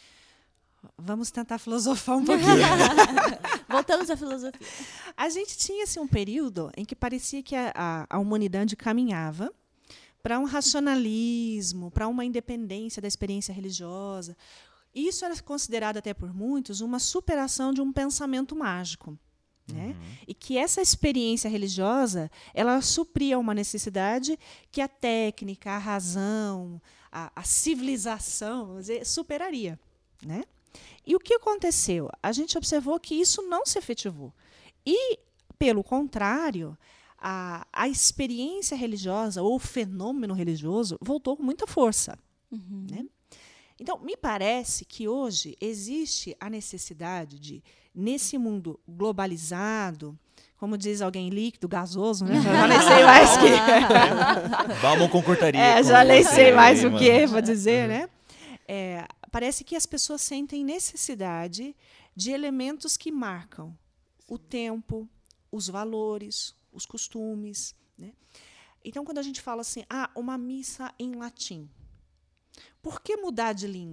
Vamos tentar filosofar um pouquinho. Voltamos à filosofia. A gente tinha assim, um período em que parecia que a, a, a humanidade caminhava para um racionalismo, para uma independência da experiência religiosa. Isso era considerado até por muitos uma superação de um pensamento mágico. Né? E que essa experiência religiosa ela supria uma necessidade que a técnica, a razão, a, a civilização, vamos dizer, superaria. Né? E o que aconteceu? A gente observou que isso não se efetivou. E, pelo contrário, a, a experiência religiosa ou o fenômeno religioso voltou com muita força. Uhum. Né? Então, me parece que hoje existe a necessidade de, nesse mundo globalizado, como diz alguém, líquido, gasoso, né? Já nem sei mais que... Bauman concordaria. É, com já nem você, sei mais o irmã. que para dizer, né? É, parece que as pessoas sentem necessidade de elementos que marcam o tempo, os valores, os costumes. Né? Então, quando a gente fala assim, ah, uma missa em latim, por que mudar de língua?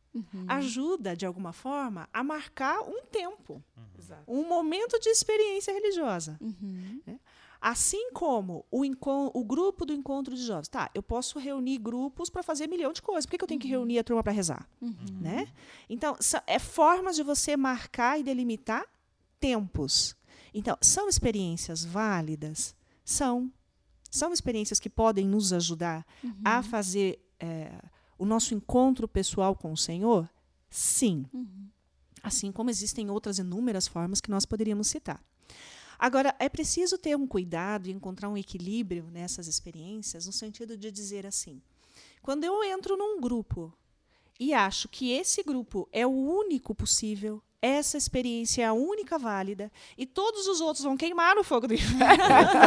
uhum. ajuda, de alguma forma, a marcar um tempo, Uhum. um momento de experiência religiosa. Uhum. Né? Assim como o, o grupo do encontro de jovens. Tá, eu posso reunir grupos para fazer milhão de coisas. Por que, que eu tenho que reunir a turma para rezar? Uhum. Né? Então, é formas de você marcar e delimitar tempos. Então, são experiências válidas? São. São experiências que podem nos ajudar uhum. a fazer é, o nosso encontro pessoal com o Senhor? Sim. Uhum. Assim como existem outras inúmeras formas que nós poderíamos citar. Agora, é preciso ter um cuidado e encontrar um equilíbrio nessas experiências, no sentido de dizer assim, quando eu entro num grupo e acho que esse grupo é o único possível, essa experiência é a única válida, e todos os outros vão queimar no fogo do inferno.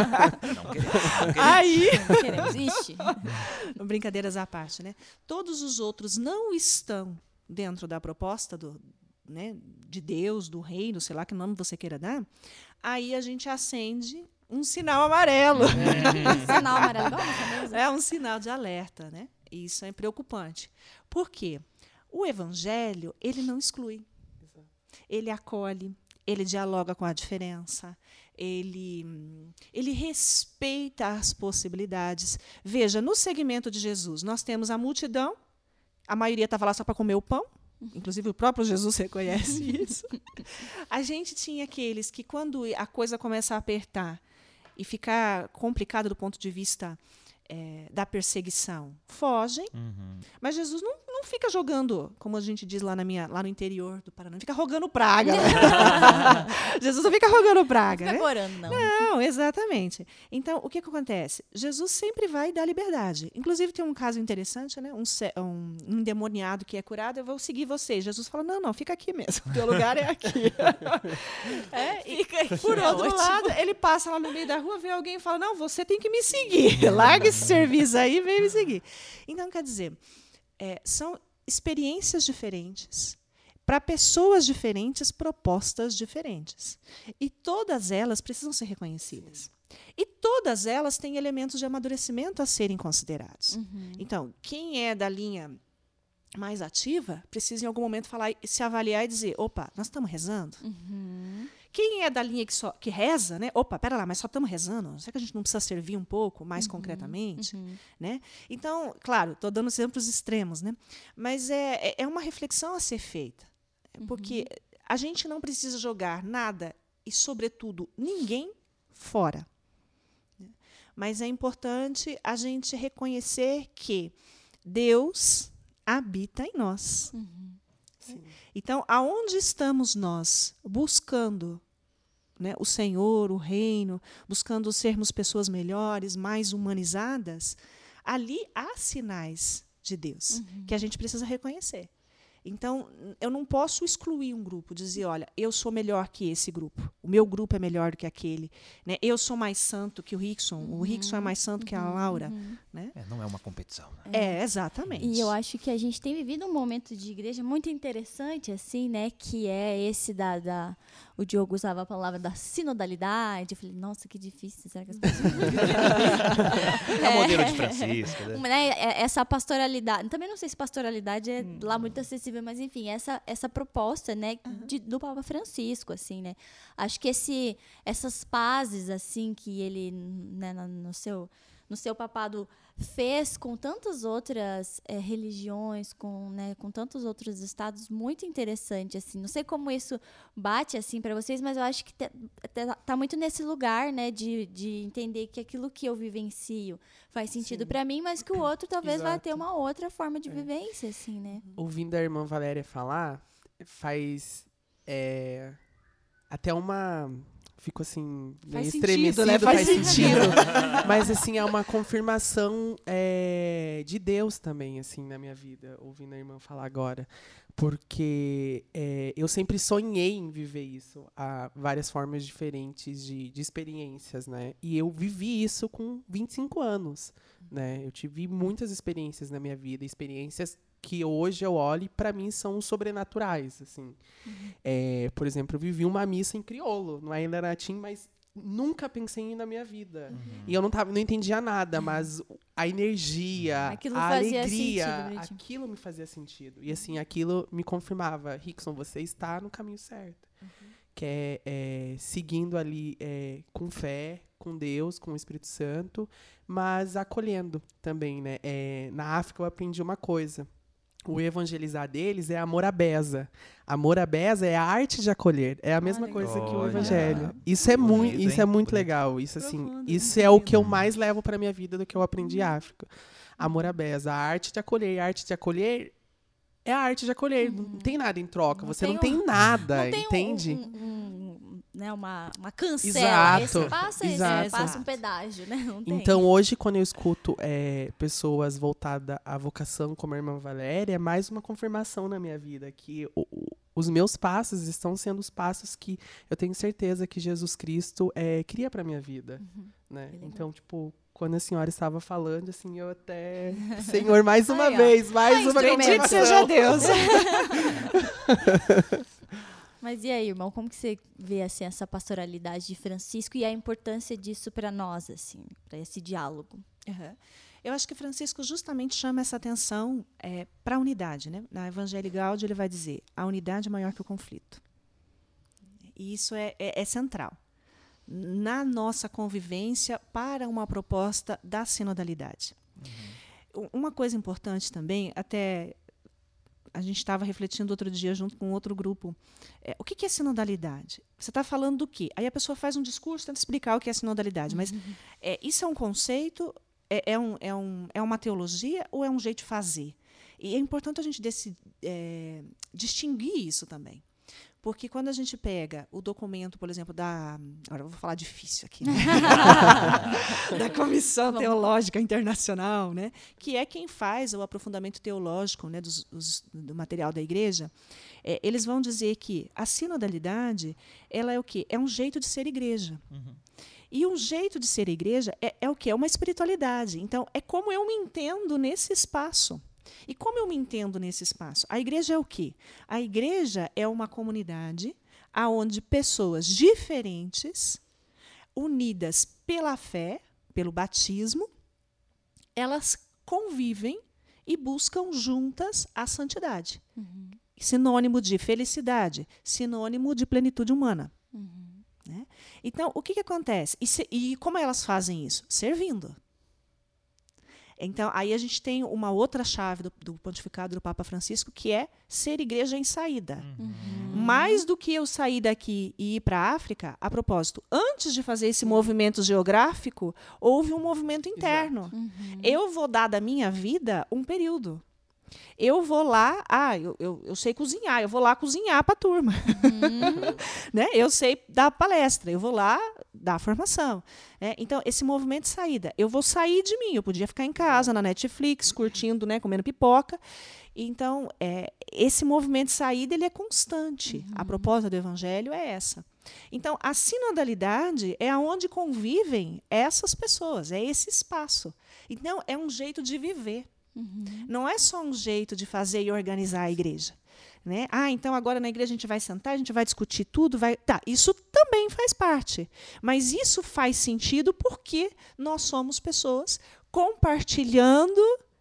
Não queremos, não queremos. Aí, não queremos. Ixi. Brincadeiras à parte, né? Todos os outros não estão dentro da proposta do, né, de Deus, do reino, sei lá que nome você queira dar. Aí a gente acende um sinal amarelo. É. Sinal amarelo, igual essa mesmo. É um sinal de alerta, né? E isso é preocupante. Por quê? O evangelho, ele não exclui. Ele acolhe, ele dialoga com a diferença, ele, ele respeita as possibilidades. Veja, no segmento de Jesus, nós temos a multidão, a maioria estava lá só para comer o pão, inclusive o próprio Jesus reconhece isso. A gente tinha aqueles que, quando a coisa começa a apertar e ficar complicado do ponto de vista é, da perseguição, fogem, uhum. mas Jesus não, não fica jogando, como a gente diz lá, na minha, lá no interior do Paraná, não fica rogando praga. Jesus não fica rogando praga. Não fica né? orando, não. Não, exatamente. Então, o que, que acontece? Jesus sempre vai dar liberdade. Inclusive, tem um caso interessante, né? um, um, um endemoniado que é curado, eu vou seguir você. Jesus fala, não, não, fica aqui mesmo, o teu lugar é aqui. é, e, fica aqui. Por é outro ótimo. lado, ele passa lá no meio da rua, vê alguém e fala, não, você tem que me seguir. Larga esse serviço aí e vem me seguir. Então, quer dizer, é, são experiências diferentes, para pessoas diferentes, propostas diferentes. E todas elas precisam ser reconhecidas. E todas elas têm elementos de amadurecimento a serem considerados. Uhum. Então, quem é da linha mais ativa precisa, em algum momento, falar, se avaliar e dizer, opa, nós estamos rezando? Uhum. Quem é da linha que, só, que reza, né? Opa, pera lá, mas só estamos rezando? Será que a gente não precisa servir um pouco mais uhum, concretamente? Uhum. Né? Então, claro, estou dando exemplos extremos, né? Mas é, é uma reflexão a ser feita. Uhum. Porque a gente não precisa jogar nada e, sobretudo, ninguém fora. Mas é importante a gente reconhecer que Deus habita em nós. Uhum. Sim. Então, aonde estamos nós buscando, né, o Senhor, o reino, buscando sermos pessoas melhores, mais humanizadas, ali há sinais de Deus uhum. que a gente precisa reconhecer. Então, eu não posso excluir um grupo, dizer, olha, eu sou melhor que esse grupo, o meu grupo é melhor do que aquele, né? Eu sou mais santo que o Rickson, uhum. o Rickson é mais santo uhum. que a Laura. Uhum. Né? É, não é uma competição. Né? É, exatamente. E eu acho que a gente tem vivido um momento de igreja muito interessante, assim, né? Que é esse da... da o Diogo usava a palavra da sinodalidade. Eu falei, nossa, que difícil. Será que as pessoas... é o modelo de Francisco, né? né? Essa pastoralidade... Também não sei se pastoralidade é hum. lá muito acessível, mas, enfim, essa, essa proposta, né, uhum. de, do Papa Francisco, assim, né? Acho que esse, essas pazes, assim, que ele, né, no seu... no seu papado fez com tantas outras é, religiões, com, né, com tantos outros estados, muito interessante, assim. Não sei como isso bate, assim, para vocês, mas eu acho que está muito nesse lugar, né, de, de entender que aquilo que eu vivencio faz sentido para mim, mas que o outro talvez Exato. Vai ter uma outra forma de é. vivência, assim, né? Ouvindo a irmã Valéria falar, faz é, até uma... Fico assim, meio estremecido, né? Faz, faz sentido. Mas, assim, é uma confirmação é, de Deus também, assim, na minha vida, ouvindo a irmã falar agora. Porque é, eu sempre sonhei em viver isso, há várias formas diferentes de, de experiências, né? E eu vivi isso com vinte e cinco anos, né? Eu tive muitas experiências na minha vida, experiências que hoje eu olho e, para mim, são sobrenaturais, assim. Uhum. É, por exemplo, eu vivi uma missa em crioulo, não é ainda latim, mas nunca pensei em ir na minha vida. Uhum. E eu não, tava, não entendia nada, mas a energia, aquilo a fazia alegria, sentido, aquilo me fazia sentido. E assim, aquilo me confirmava, Rickson, você está no caminho certo. Uhum. Que é, é seguindo ali é, com fé, com Deus, com o Espírito Santo, mas acolhendo também, né? É, na África eu aprendi uma coisa. O evangelizar deles é amor à beza. Amor à beza é a arte de acolher. É a mesma Olha, coisa que o olha. evangelho. Isso é Bonito, muito, isso hein? é muito Bonito. legal. Isso assim, Profundo, isso é o incrível. que eu mais levo para minha vida do que eu aprendi em África. Amor à beza, a arte de acolher. A arte de acolher é a arte de acolher. Uhum. Não tem nada em troca. Não Você tem não tem um- nada, Não tem um- entende? um, um, né, uma, uma cancela. Exato, Esse passa, exato. esse passa um pedágio, né? Não tem. Então, hoje, quando eu escuto é, pessoas voltadas à vocação, como a irmã Valéria, é mais uma confirmação na minha vida, que o, o, os meus passos estão sendo os passos que eu tenho certeza que Jesus Cristo é, cria para minha vida. Uhum. Né? Que legal. Então, tipo, quando a senhora estava falando, assim, eu até... Senhor, mais uma Aí, ó. vez, mais Ai, uma bendito Bendito confirmação. seja Deus. Mas e aí, irmão, como que você vê assim, essa pastoralidade de Francisco e a importância disso para nós, assim, para esse diálogo? Uhum. Eu acho que Francisco justamente chama essa atenção é, para a unidade. Né? Na Evangelii Gaudium ele vai dizer a unidade é maior que o conflito. E isso é, é, é central na nossa convivência para uma proposta da sinodalidade. Uhum. Uma coisa importante também, até a gente estava refletindo outro dia junto com outro grupo, é, o que, que é sinodalidade? Você está falando do quê? Aí a pessoa faz um discurso, tenta explicar o que é sinodalidade, mas Uhum. é, isso é um conceito, é, é, um, é, um, é uma teologia ou é um jeito de fazer? E é importante a gente desse, é, distinguir isso também. Porque quando a gente pega o documento, por exemplo, da... Agora eu vou falar difícil aqui. Né? da Comissão Teológica Internacional, né? Que é quem faz o aprofundamento teológico, né, dos, os, do material da igreja. É, eles vão dizer que a sinodalidade ela é o quê? É um jeito de ser igreja. Uhum. E um jeito de ser igreja é, é o quê? É uma espiritualidade. Então, é como eu me entendo nesse espaço. E como eu me entendo nesse espaço? A igreja é o quê? A igreja é uma comunidade onde pessoas diferentes, unidas pela fé, pelo batismo, elas convivem e buscam juntas a santidade. Uhum. Sinônimo de felicidade, sinônimo de plenitude humana. Uhum. Né? Então, o que, que acontece? E, se, e como elas fazem isso? Servindo. Então, aí a gente tem uma outra chave do, do pontificado do Papa Francisco, que é ser igreja em saída. Uhum. Mais do que eu sair daqui e ir para a África, a propósito, antes de fazer esse movimento geográfico, houve um movimento interno. Uhum. Eu vou dar da minha vida um período. Eu vou lá, ah, eu, eu, eu sei cozinhar, eu vou lá cozinhar para a turma. Uhum. Né? Eu sei dar palestra, eu vou lá dar formação. Né? Então, esse movimento de saída, eu vou sair de mim, eu podia ficar em casa, na Netflix, curtindo, né, comendo pipoca. Então, é, esse movimento de saída ele é constante. Uhum. A proposta do Evangelho é essa. Então, a sinodalidade é onde convivem essas pessoas, é esse espaço. Então, é um jeito de viver. Uhum. Não é só um jeito de fazer e organizar a igreja. Né? Ah, então agora na igreja a gente vai sentar, a gente vai discutir tudo. Vai... Tá, isso também faz parte. Mas isso faz sentido porque nós somos pessoas compartilhando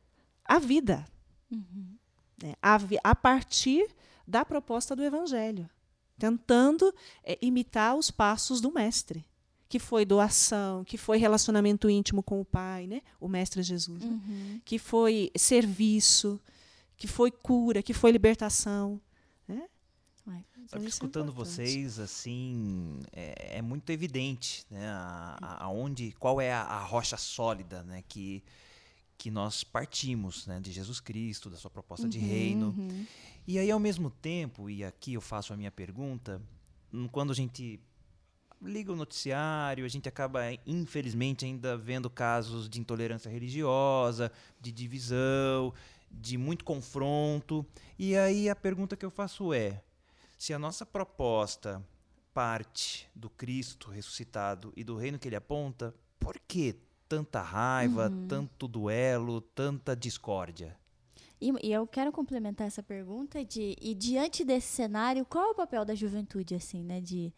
a vida. Uhum. Né? A, vi... a partir da proposta do Evangelho. Tentando é, imitar os passos do Mestre. Que foi doação, que foi relacionamento íntimo com o Pai, né? O Mestre Jesus. Uhum. Né? Que foi serviço, que foi cura, que foi libertação. Né? Ai, Sabe, escutando vocês, assim, é, é muito evidente, né? A, a, aonde, qual é a, a rocha sólida, né? Que, que nós partimos, né? De Jesus Cristo, da sua proposta uhum, de reino. Uhum. E aí, ao mesmo tempo, e aqui eu faço a minha pergunta, quando a gente liga o noticiário, a gente acaba, infelizmente, ainda vendo casos de intolerância religiosa, de divisão, de muito confronto. E aí a pergunta que eu faço é, se a nossa proposta parte do Cristo ressuscitado e do reino que ele aponta, por que tanta raiva, uhum. tanto duelo, tanta discórdia? E, e eu quero complementar essa pergunta de, e diante desse cenário, qual é o papel da juventude, assim, né, de...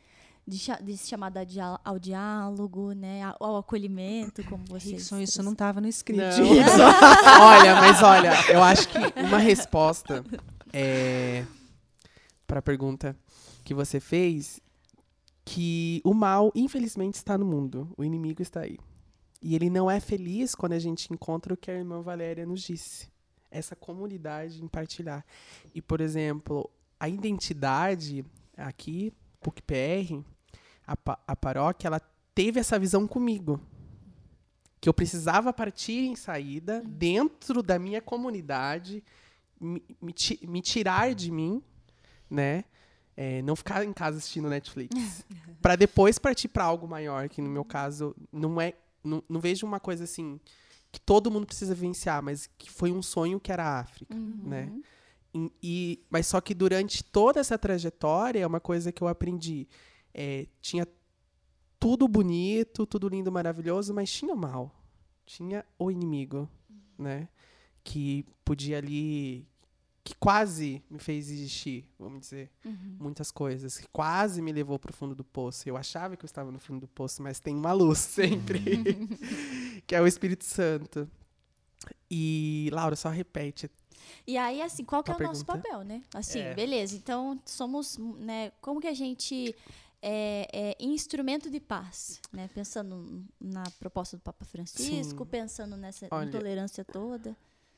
de, cha- de se chamar da dia- ao diálogo, né? Ao, ao acolhimento, como vocês... Rickson, isso não estava no script. Não. Rickson. Olha, mas olha, eu acho que uma resposta é, para a pergunta que você fez, que o mal, infelizmente, está no mundo. O inimigo está aí. E ele não é feliz quando a gente encontra o que a irmã Valéria nos disse. Essa comunidade em partilhar. E, por exemplo, a identidade aqui, P U C P R, a, pa- a paróquia, ela teve essa visão comigo. Que eu precisava partir em saída dentro da minha comunidade, me, me, ti- me tirar de mim, né? É, não ficar em casa assistindo Netflix. Para depois partir para algo maior, que no meu caso não é, não, não vejo uma coisa assim que todo mundo precisa vivenciar, mas que foi um sonho que era a África, né? E, e- mas só que durante toda essa trajetória, é uma coisa que eu aprendi. É, tinha tudo bonito, tudo lindo, maravilhoso, mas tinha o mal. Tinha o inimigo, né? Que podia ali... Que quase me fez existir, vamos dizer, muitas coisas. Que quase me levou para o fundo do poço. Eu achava que eu estava no fundo do poço, mas tem uma luz sempre. Que é o Espírito Santo. E, Laura, só repete. E aí, assim, qual que é Uma o nosso pergunta? papel, né? Assim, É. beleza. Então, somos, né? Como que a gente é, é instrumento de paz, né? Pensando na proposta do Papa Francisco, Sim. pensando nessa Olha, intolerância toda.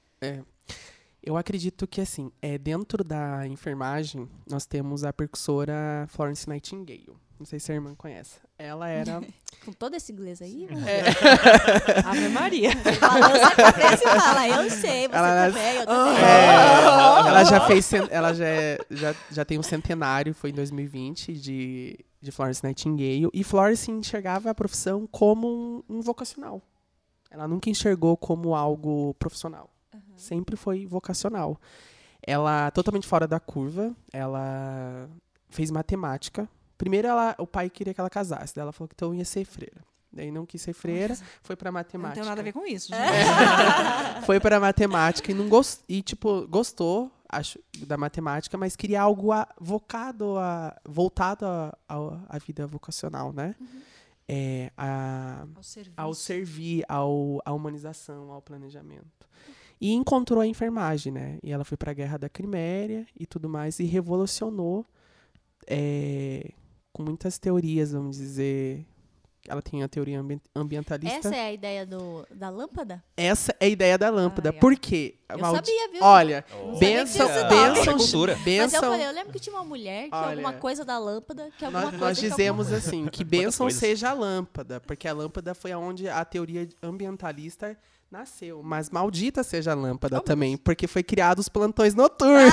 Eu acredito que, assim, é, dentro da enfermagem, nós temos a percussora Florence Nightingale. Não sei se a irmã conhece. Ela era... Com todo esse inglês aí, mano. Ave Maria. Falou, você começa e fala, eu sei, você Ela- também, eu também. É, ela já fez, cen- ela já, é- já, já tem um centenário, foi em dois mil e vinte, de, de Florence Nightingale. E Florence enxergava a profissão como um, um vocacional. Ela nunca enxergou como algo profissional. Sempre foi vocacional. Ela, totalmente fora da curva, ela fez matemática. Primeiro, ela, o pai queria que ela casasse. Daí ela falou que então ia ser freira. Daí não quis ser freira, foi pra Não matemática. tem nada a ver com isso, gente. Foi para matemática e não gost... e tipo gostou, acho, da matemática, mas queria algo a... vocado a... voltado à a... a... vida vocacional, né? É, a... Ao serviço. ao servir, ao... à humanização, ao planejamento. E encontrou a enfermagem, né? E ela foi para a Guerra da Crimeia e tudo mais e revolucionou é, com muitas teorias, vamos dizer. Ela tem a teoria ambi- ambientalista. Essa é a ideia do, da lâmpada? Essa é a ideia da lâmpada. Ai, ó. Por quê? Eu Maldi- sabia, viu? Olha, Oh, benção, Sabia que benção, isso é cultura. Mas eu benção. falei, eu lembro que tinha uma mulher que Olha, alguma coisa da lâmpada, que alguma Nós, coisa nós que dizemos alguma... assim, que bênção coisas. seja a lâmpada, porque a lâmpada foi onde a teoria ambientalista nasceu. Mas maldita seja a lâmpada também, porque foi criado os plantões noturnos.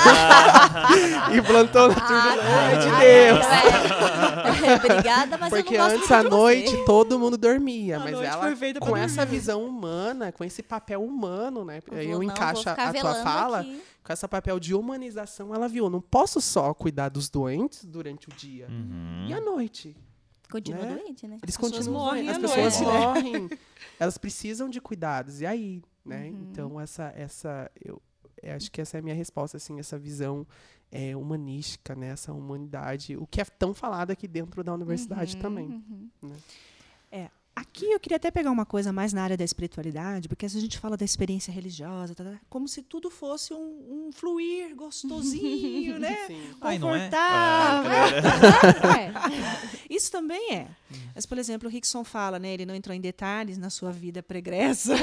E plantão noturno não é de Ah, Deus. é, é. Obrigada, mas Porque eu não gosto antes muito à de noite você. todo mundo dormia, A mas noite ela foi feita pra com dormir. essa visão humana, com esse papel humano, né? Eu Aí vou- eu não, encaixo vou a ficar a tua velando fala aqui. com esse papel de humanização, ela viu, não posso só cuidar dos doentes durante o dia. Uhum. E à noite? Continua né? doente, né? Eles As pessoas continuam morrem as à pessoas noite, né? morrem. Elas precisam de cuidados. E aí, né? Uhum. Então essa essa eu, eu acho que essa é a minha resposta, assim, essa visão é, humanística, né? Essa humanidade, o que é tão falado aqui dentro da universidade Uhum, também. uhum. É. Aqui eu queria até pegar uma coisa mais na área da espiritualidade, porque se a gente fala da experiência religiosa, tá, tá, como se tudo fosse um, um fluir gostosinho, né? Sim. Ai, não é? Confortável. Ah, É. Isso também é. Mas, por exemplo, o Rickson fala, né? Ele não entrou em detalhes na sua vida pregressa.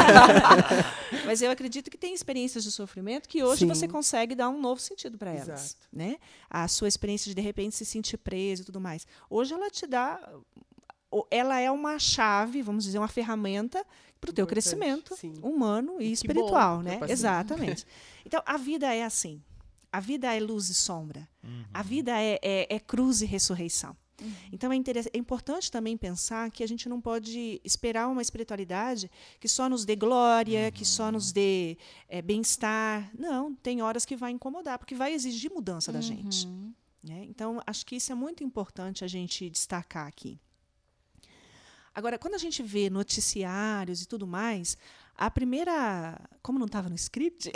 Mas eu acredito que tem experiências de sofrimento que hoje Sim. você consegue dar um novo sentido para elas. Exato. Né? A sua experiência de, de repente, se sentir preso e tudo mais. Hoje ela te dá... o- Ela é uma chave, vamos dizer, uma ferramenta para o teu Importante, crescimento sim. humano e, E que espiritual. bom que eu Né? passei. Exatamente. Então, a vida é assim. A vida é luz e sombra. Uhum. A vida é, é, é cruz e ressurreição. Então, é, interess- é importante também pensar que a gente não pode esperar uma espiritualidade que só nos dê glória, que só nos dê é, bem-estar. Não, tem horas que vai incomodar, porque vai exigir mudança da gente. Né? Então, acho que isso é muito importante a gente destacar aqui. Agora, quando a gente vê noticiários e tudo mais, a primeira... Como não estava no script,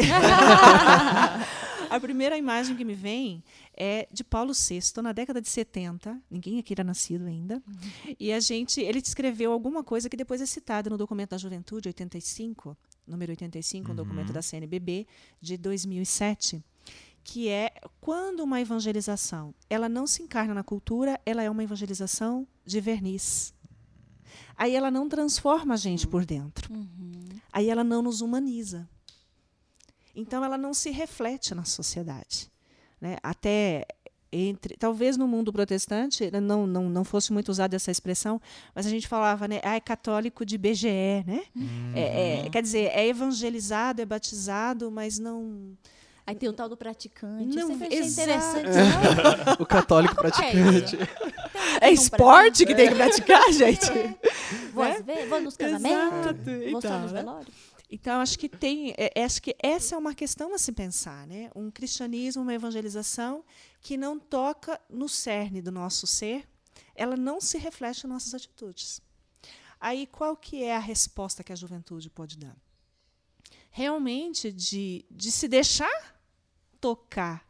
a primeira imagem que me vem é de Paulo sexto, na década de setenta. Ninguém aqui era nascido ainda. Uhum. E a gente, ele escreveu alguma coisa que depois é citada no documento da Juventude, oitenta e cinco, número oitenta e cinco, um documento da C N B B, de dois mil e sete, que é quando uma evangelização ela não se encarna na cultura, ela é uma evangelização de verniz. Aí ela não transforma a gente por dentro. Uhum. Aí ela não nos humaniza. Então, ela não se reflete na sociedade. Né? Até, entre, talvez no mundo protestante, não, não, não fosse muito usada essa expressão, mas a gente falava, né, ah, é católico de B G E. Né? Uhum. É, é, quer dizer, é evangelizado, é batizado, mas não... Aí tem o tal do praticante. Não, eu sempre achei interessante. O católico praticante. É, é esporte que tem que praticar, gente. É. Vou, né? ver, vou nos casamentos, Exato. vou então, só nos né? velórios. Então, acho que, tem, é, acho que essa é uma questão a se pensar. Né? Um cristianismo, uma evangelização que não toca no cerne do nosso ser, ela não se reflete em nossas atitudes. Aí, qual que é a resposta que a juventude pode dar? Realmente, de, de se deixar tocar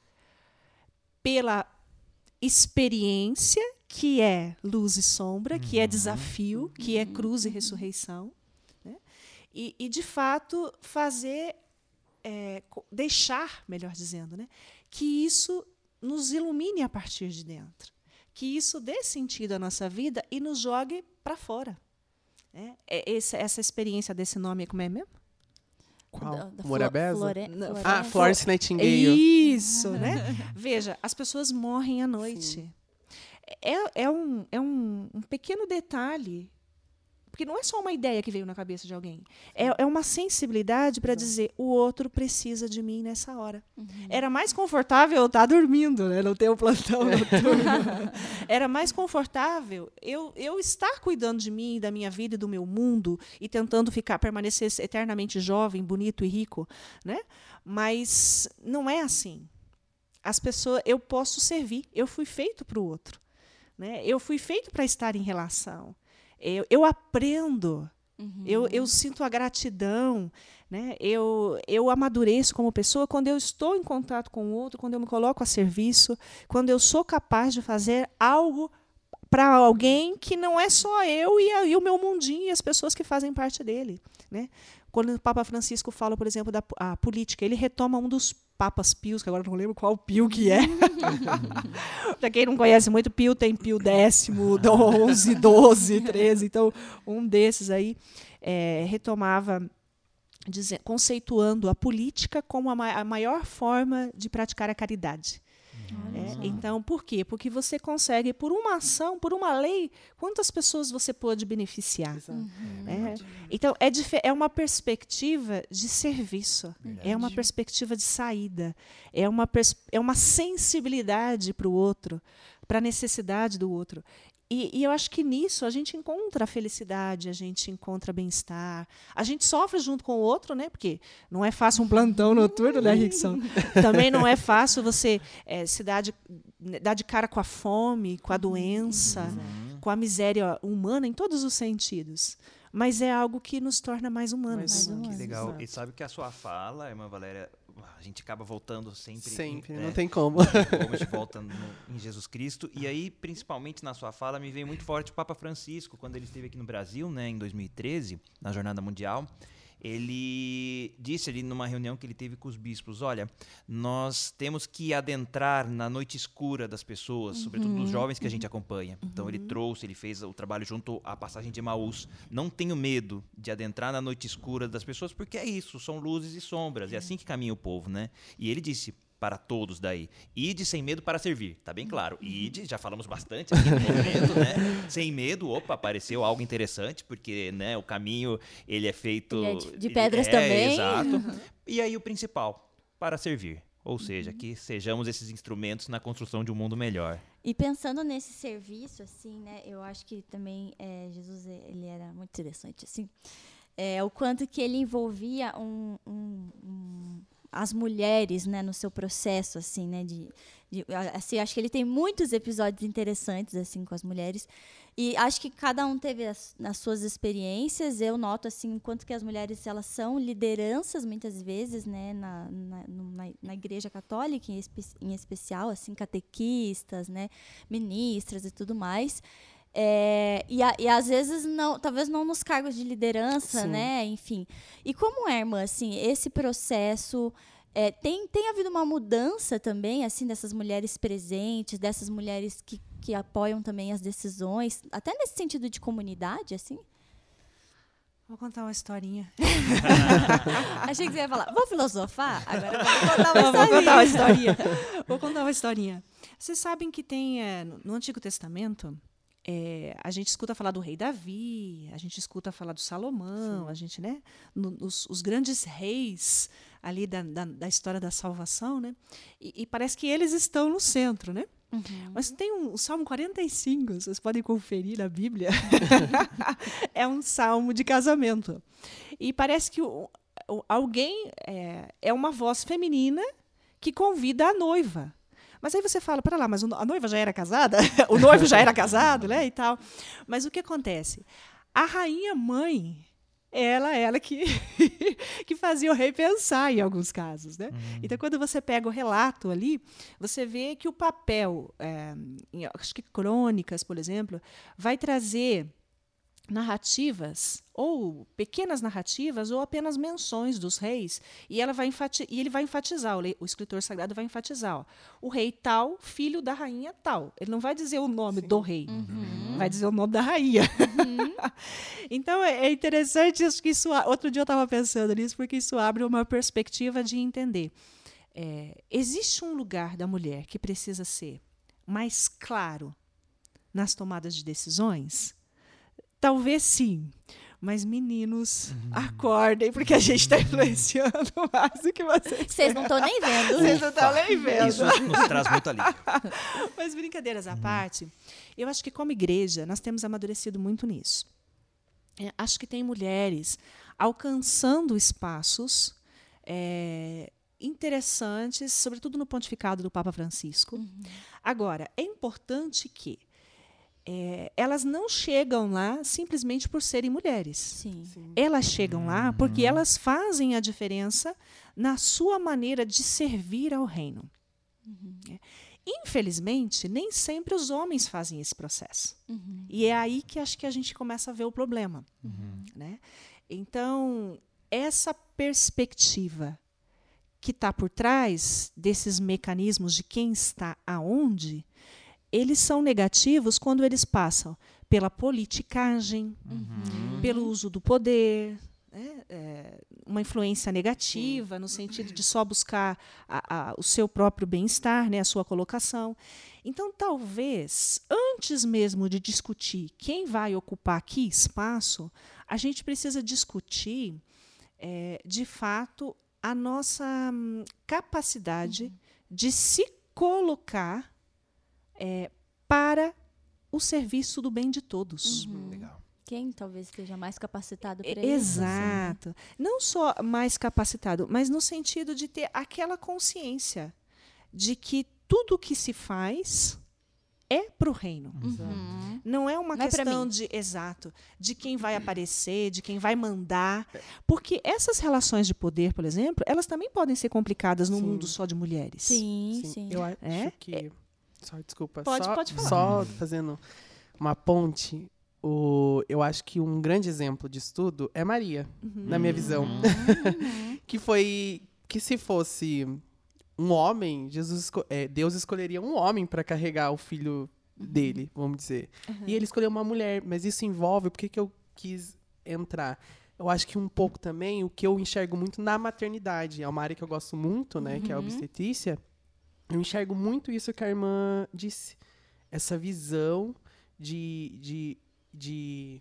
pela experiência, que é luz e sombra, que é desafio, que é cruz e ressurreição, né? e, e, de fato, fazer, é, deixar, melhor dizendo, né, que isso nos ilumine a partir de dentro, que isso dê sentido à nossa vida e nos jogue para fora. Né? Essa, essa experiência desse nome, como é mesmo? Qual? Da, da Morabeza? Flore, Flore, ah, Florence Nightingale. Isso, né? Veja, as pessoas morrem à noite. É, é, um, é um, um pequeno detalhe, porque não é só uma ideia que veio na cabeça de alguém. É, é uma sensibilidade para dizer, o outro precisa de mim nessa hora. Uhum. Era mais confortável eu estar dormindo, né? Não ter o plantão noturno. Era mais confortável eu, eu estar cuidando de mim, da minha vida e do meu mundo, e tentando ficar, permanecer eternamente jovem, bonito e rico. Né? Mas não é assim. As pessoas, eu posso servir, eu fui feito para o outro. Né? Eu fui feito para estar em relação. Eu, eu aprendo, uhum. eu, eu sinto a gratidão, né? eu, eu amadureço como pessoa quando eu estou em contato com o outro, quando eu me coloco a serviço, quando eu sou capaz de fazer algo para alguém que não é só eu e, a, e o meu mundinho e as pessoas que fazem parte dele. Né? Quando o Papa Francisco fala, por exemplo, da a política, ele retoma um dos Papas Pios, que agora não lembro qual Pio que é. Para quem não conhece muito, Pio tem Pio décimo, onze, doze, treze. Então, um desses aí é, retomava, dizer, conceituando a política como a, ma a maior forma de praticar a caridade. É, então, por quê? Porque você consegue, por uma ação, por uma lei, quantas pessoas você pode beneficiar. Uhum. É, então, é, é uma perspectiva de serviço, verdade. É uma perspectiva de saída, é uma, é uma sensibilidade para o outro, para a necessidade do outro. E, e eu acho que nisso a gente encontra a felicidade, a gente encontra bem-estar, a gente sofre junto com o outro, né? Porque não é fácil um plantão noturno, né, Rickson? Também não é fácil você é, se dar de, dar de cara com a fome, com a doença, uhum. com a miséria humana, em todos os sentidos. Mas é algo que nos torna mais humanos. Mais humanos. Que legal. Exato. E sabe que a sua fala, irmã Valéria, a gente acaba voltando sempre. Sempre, em, não é, tem como. Não tem como, a gente volta no, em Jesus Cristo. E aí, principalmente na sua fala, me veio muito forte o Papa Francisco, quando ele esteve aqui no Brasil, né, em dois mil e treze, na Jornada Mundial. Ele disse ali numa reunião que ele teve com os bispos, olha, nós temos que adentrar na noite escura das pessoas, uhum. sobretudo dos jovens que a gente acompanha. Uhum. Então ele trouxe, ele fez o trabalho junto à passagem de Emaús. Não tenho medo de adentrar na noite escura das pessoas, porque é isso, são luzes e sombras, é assim que caminha o povo, né? E ele disse para todos daí, ide sem medo para servir, tá bem claro, ide, já falamos bastante aqui no momento, né, sem medo, opa, apareceu algo interessante, porque, né, o caminho, ele é feito... Ele é de, de pedras é, também. Exato, uhum. E aí o principal, para servir, ou seja, uhum. que sejamos esses instrumentos na construção de um mundo melhor. E pensando nesse serviço, assim, né, eu acho que também é, Jesus, ele era muito interessante, assim, é, o quanto que ele envolvia um... um, um as mulheres, né, no seu processo, assim, né, de, de assim, acho que ele tem muitos episódios interessantes, assim, com as mulheres, E acho que cada um teve as, as suas experiências. Eu noto assim, quanto que as mulheres elas são lideranças muitas vezes, né, na, na, na, na Igreja Católica em, espe, em especial, assim, catequistas, né, ministras e tudo mais. É, e, a, e às vezes não, talvez não nos cargos de liderança, Sim. né, enfim. E como é, irmã, assim, esse processo é, tem, tem havido uma mudança também, assim, dessas mulheres presentes, dessas mulheres que que apoiam também as decisões, até nesse sentido de comunidade, assim? Vou contar uma historinha. Achei que você ia falar, vou filosofar? Agora eu vou contar uma Não, vou historinha. contar uma historinha. Vou contar uma historinha. Vocês sabem que tem, é, no Antigo Testamento, é, a gente escuta falar do rei Davi, a gente escuta falar do Salomão, Sim. a gente, né? No, os, os grandes reis ali da, da, da história da salvação, né? E, e parece que eles estão no centro, né? Uhum. Mas tem um, o Salmo quarenta e cinco, vocês podem conferir na Bíblia. É um salmo de casamento. E parece que o, o, alguém é, é uma voz feminina que convida a noiva. Mas aí você fala, para lá, mas a noiva já era casada? O noivo já era casado, né? E tal. Mas o que acontece? A rainha mãe, ela ela que, que fazia o rei pensar em alguns casos, né? Uhum. Então, quando você pega o relato ali, você vê que o papel, é, em, acho que Crônicas, por exemplo, vai trazer narrativas, ou pequenas narrativas, ou apenas menções dos reis, e, ela vai enfati- e ele vai enfatizar, o, le- o escritor sagrado vai enfatizar, ó, o rei tal, filho da rainha tal. Ele não vai dizer o nome Sim. do rei, Uhum. vai dizer o nome da rainha. Então, é, é interessante, acho que isso, a- outro dia eu estava pensando nisso, porque isso abre uma perspectiva de entender. É, existe um lugar da mulher que precisa ser mais claro nas tomadas de decisões? Talvez sim. Mas, meninos, acordem, porque a gente está influenciando mais do que vocês. Vocês não estão nem vendo. Vocês não estão nem vendo. Isso nos traz muito alívio. Mas, brincadeiras à parte, eu acho que, como igreja, nós temos amadurecido muito nisso. É, acho que tem mulheres alcançando espaços é, interessantes, sobretudo no pontificado do Papa Francisco. Uhum. Agora, é importante que é, elas não chegam lá simplesmente por serem mulheres. Sim. Sim. Elas chegam lá porque elas fazem a diferença na sua maneira de servir ao reino. Uhum. É. Infelizmente, nem sempre os homens fazem esse processo. Uhum. E é aí que acho que a gente começa a ver o problema. Uhum. Né? Então, essa perspectiva que está por trás desses mecanismos de quem está aonde, eles são negativos quando eles passam pela politicagem, Uhum. pelo uso do poder, né? É, uma influência negativa, no sentido de só buscar a, a, o seu próprio bem-estar, né? A sua colocação. Então, talvez, antes mesmo de discutir quem vai ocupar que espaço, a gente precisa discutir, é, de fato, a nossa hum, capacidade uhum. de se colocar é, para o serviço do bem de todos. Uhum. Legal. Quem talvez esteja mais capacitado para isso? Exato. Assim. Não só mais capacitado, mas no sentido de ter aquela consciência de que tudo que se faz é para o reino. Uhum. Não é uma Não questão é de exato, de quem vai aparecer, de quem vai mandar, porque essas relações de poder, por exemplo, elas também podem ser complicadas num Sim. mundo só de mulheres. Sim, sim. Sim. Eu acho É? que... Só, desculpa. Pode- só, pode falar. Só fazendo uma ponte, o, eu acho que um grande exemplo de estudo é Maria, Uhum. na minha visão. Uhum. Que foi... Que se fosse um homem, Jesus, esco- é, Deus escolheria um homem para carregar o filho dele, vamos dizer. Uhum. E ele escolheu uma mulher, mas isso envolve... Por que, que eu quis entrar? Eu acho que um pouco também o que eu enxergo muito na maternidade. É uma área que eu gosto muito, né? Que é a Uhum. obstetrícia. Eu enxergo muito isso que a irmã disse. Essa visão de... de, de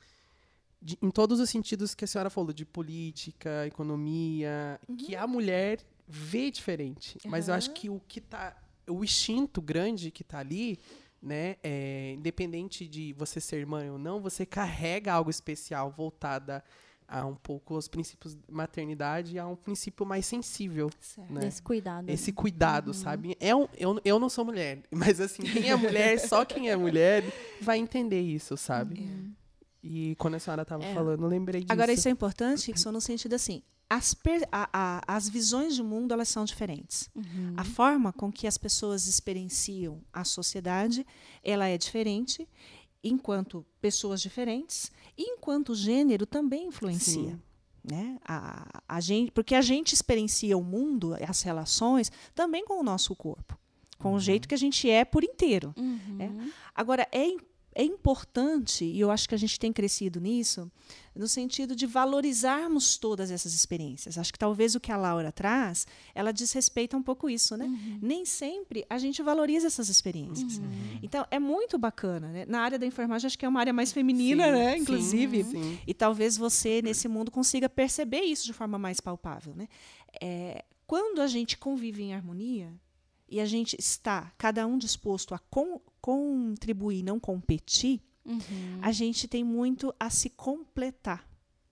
de- em todos os sentidos que a senhora falou, de política, economia, que a mulher vê diferente. Mas eu acho Aham. que o que tá, o instinto grande que tá ali, né, é, independente de você ser mãe ou não, você carrega algo especial voltada a um pouco os princípios de maternidade, a um princípio mais sensível. Certo. Né? Desse cuidado. Esse cuidado, sabe? É um, eu, eu não sou mulher, mas assim, quem é mulher, só quem é mulher vai entender isso, sabe? Uhum. E quando a senhora estava É. falando, eu lembrei disso. Agora, isso é importante, Rickson, no sentido assim, as, per- a- a- as visões de mundo, elas são diferentes. Uhum. A forma com que as pessoas experienciam a sociedade, ela é diferente, enquanto pessoas diferentes, e enquanto o gênero também influencia. Sim. Né? A, a gente, porque a gente experiencia o mundo, as relações, também com o nosso corpo, com Uhum. o jeito que a gente é por inteiro. Uhum. É. Agora, é, im- é importante, e eu acho que a gente tem crescido nisso, no sentido de valorizarmos todas essas experiências. Acho que talvez o que a Laura traz, ela diz respeito a um pouco isso. Né? Uhum. Nem sempre a gente valoriza essas experiências. Uhum. Então, é muito bacana. Né? Na área da enfermagem, acho que é uma área mais feminina, Sim, né? sim, Inclusive. sim. E talvez você, nesse mundo, consiga perceber isso de forma mais palpável. Né? É, quando a gente convive em harmonia e a gente está, cada um disposto a con- contribuir, não competir, Uhum. a gente tem muito a se completar.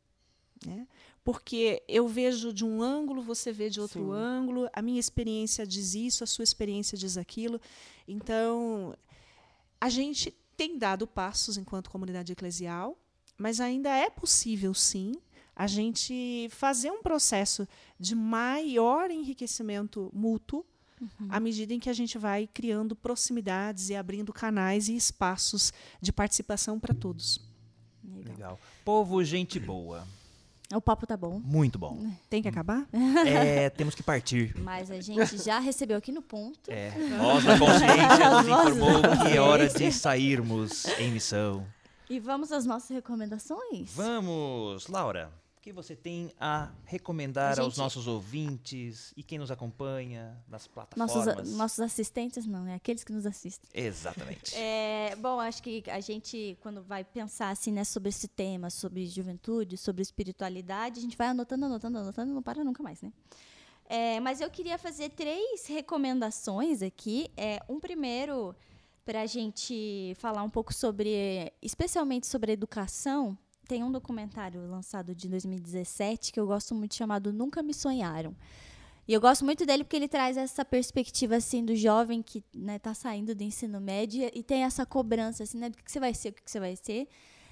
Né? Porque eu vejo de um ângulo, você vê de outro Sim. ângulo, a minha experiência diz isso, a sua experiência diz aquilo. Então, a gente tem dado passos enquanto comunidade eclesial, mas ainda é possível, sim, a gente fazer um processo de maior enriquecimento mútuo à medida em que a gente vai criando proximidades e abrindo canais e espaços de participação para todos. Legal. Legal. Povo, gente boa. O papo tá bom, Muito bom. Tem que acabar? É, temos que partir. mas a gente já recebeu aqui no ponto. É, voz da consciência nos Voz da informou que é hora de consciência. sairmos em missão. E vamos às nossas recomendações? Vamos, Laura. O que você tem a recomendar A aos gente- nossos ouvintes e quem nos acompanha nas Nossos, plataformas? nossos assistentes, não, né? Aqueles que nos assistem. Exatamente. É, bom, acho que a gente, quando vai pensar assim, né, sobre esse tema, sobre juventude, sobre espiritualidade, a gente vai anotando, anotando, anotando, não para nunca mais, né? É, mas eu queria fazer três recomendações aqui. É, um primeiro, para a gente falar um pouco sobre, especialmente sobre a educação. Tem um documentário lançado de dois mil e dezessete que eu gosto muito, chamado Nunca Me Sonharam. E eu gosto muito dele porque ele traz essa perspectiva assim do jovem que, né, tá saindo do ensino médio e tem essa cobrança assim, né, do que você vai ser, o que você vai ser.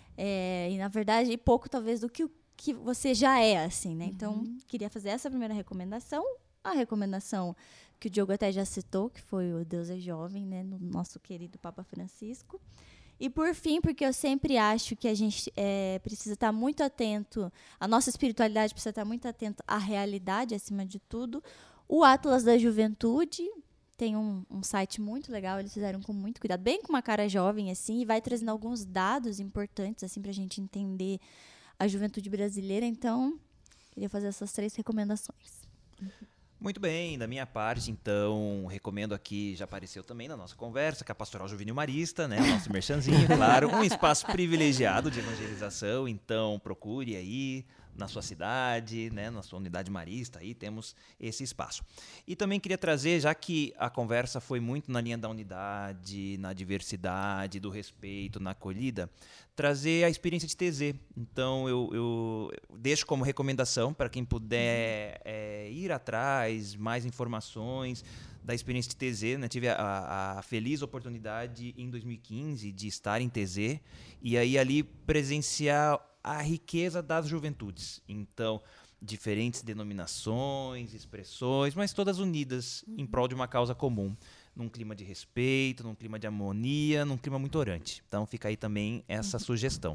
É, e na verdade, e pouco talvez do que o que você já é, assim, né? Então, queria fazer essa primeira recomendação. A recomendação que o Diogo até já citou, que foi o Deus é Jovem, né, no nosso querido Papa Francisco. E, por fim, porque eu sempre acho que a gente é, precisa estar muito atento, a nossa espiritualidade precisa estar muito atenta à realidade, acima de tudo, o Atlas da Juventude tem um, um site muito legal, eles fizeram com muito cuidado, bem com uma cara jovem, assim, e vai trazendo alguns dados importantes, assim, para a gente entender a juventude brasileira. Então, queria fazer essas três recomendações. Muito bem, da minha parte, então, recomendo aqui, já apareceu também na nossa conversa, que é a Pastoral Juvenil Marista, né, o nosso merchanzinho, claro, um espaço privilegiado de evangelização, então procure aí na sua cidade, né, na sua unidade marista, aí temos esse espaço. E também queria trazer, já que a conversa foi muito na linha da unidade, na diversidade, do respeito, na acolhida, trazer a experiência de T Z. Então, eu, eu deixo como recomendação para quem puder é, ir atrás, mais informações da experiência de T Z. Né? Tive a, a feliz oportunidade, em dois mil e quinze, de estar em T Z e aí ali presenciar a riqueza das juventudes. Então, diferentes denominações, expressões, mas todas unidas em prol de uma causa comum. Num clima de respeito, num clima de harmonia, num clima muito orante. Então fica aí também essa sugestão.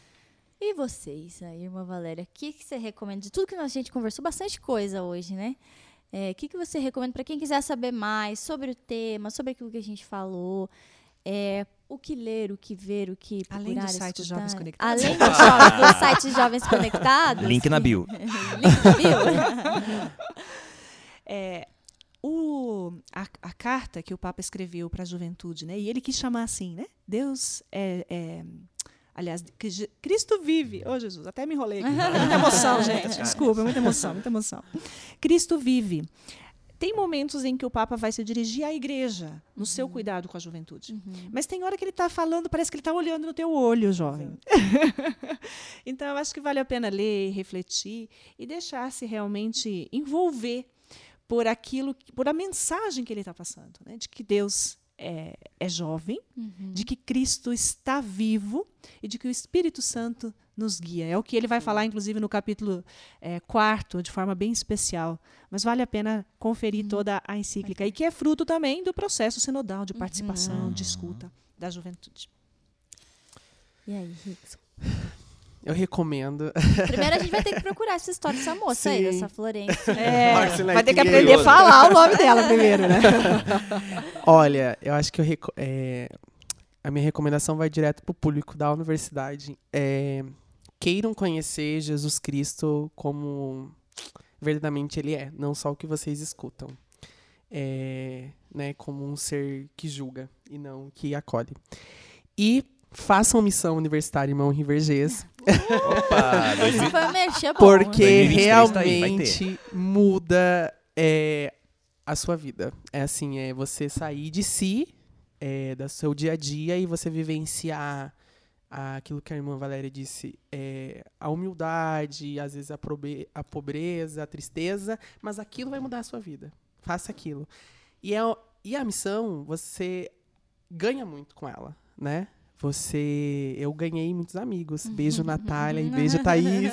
E vocês, aí, irmã Valéria, o que, que você recomenda? De tudo que a gente conversou, bastante coisa hoje, né? É, o que, que você recomenda para quem quiser saber mais sobre o tema, sobre aquilo que a gente falou? É, o que ler, o que ver, o que procurar, Além do site escutar. Jovens Conectados. Além do, jovem, do site Jovens Conectados. Link na bio. Link na bio. É, o, a, a carta que o Papa escreveu para a juventude, né? E ele quis chamar assim, né? Deus é, é aliás, que Je- Cristo vive. Ô, Jesus, até me enrolei aqui. Muita emoção, gente. Desculpa, muita emoção, muita emoção. Cristo vive. tem momentos em que o Papa vai se dirigir à igreja, no uhum. seu cuidado com a juventude. Uhum. Mas tem hora que ele está falando, parece que ele está olhando no teu olho, jovem. Então, eu acho que vale a pena ler, refletir e deixar-se realmente envolver por aquilo, por a mensagem que ele está passando, né? De que Deus é, é jovem, uhum. de que Cristo está vivo e de que o Espírito Santo nos guia. É o que ele vai falar, inclusive, no capítulo é, quarto, de forma bem especial. Mas vale a pena conferir uhum. toda a encíclica. E que é fruto também do processo sinodal, de participação, uhum. de escuta da juventude. E aí, Rickson? Eu recomendo. Primeiro a gente vai ter que procurar essa história dessa moça Sim. aí, dessa Florência. É, vai ter que aprender a falar o nome dela primeiro, né? Olha, eu acho que eu reco- é, a minha recomendação vai direto para o público da universidade. É, queiram conhecer Jesus Cristo como verdadeiramente Ele é, não só o que vocês escutam. É, né, como um ser que julga e não que acolhe. E façam missão universitária, irmão Rivergês. Opa! Esse foi um merchan bom, Porque né? realmente tá aí, muda é, a sua vida. É assim, é você sair de si, é, do seu dia a dia, e você vivenciar aquilo que a irmã Valéria disse, é, a humildade, às vezes a, probe- a pobreza, a tristeza, mas aquilo vai mudar a sua vida. Faça aquilo. E, é, e a missão, você ganha muito com ela, né? Você, eu ganhei muitos amigos. Beijo, Natália, e beijo, Thaís.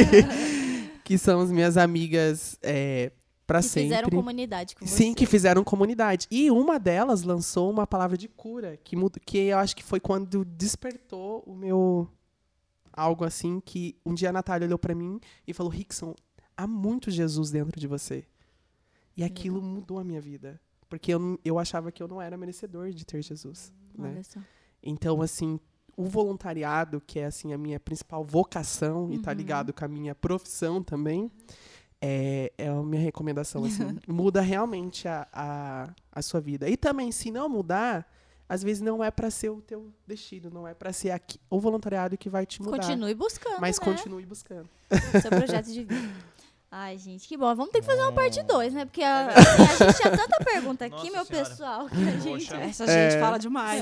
Que são as minhas amigas é, para sempre. Que fizeram comunidade com você. Sim, que fizeram comunidade. E uma delas lançou uma palavra de cura, que, que eu acho que foi quando despertou o meu... Algo assim, que um dia a Natália olhou para mim e falou, Rickson, há muito Jesus dentro de você. E aquilo Legal. Mudou a minha vida. Porque eu, eu achava que eu não era merecedor de ter Jesus. Olha né? só. Então, assim, o voluntariado, que é assim, a minha principal vocação, uhum. e está ligado com a minha profissão também, é, é a minha recomendação. Assim, muda realmente a, a, a sua vida. E também, se não mudar, às vezes não é para ser o teu destino, não é para ser aqui, o voluntariado que vai te mudar. Continue buscando, Mas né? continue buscando. Seu projeto de vida. Ai, gente, que bom. Vamos ter que fazer uma parte dois, né? Porque a, assim, a gente tinha tanta pergunta aqui, Nossa meu senhora. Pessoal, que a gente... Essa gente é... fala demais.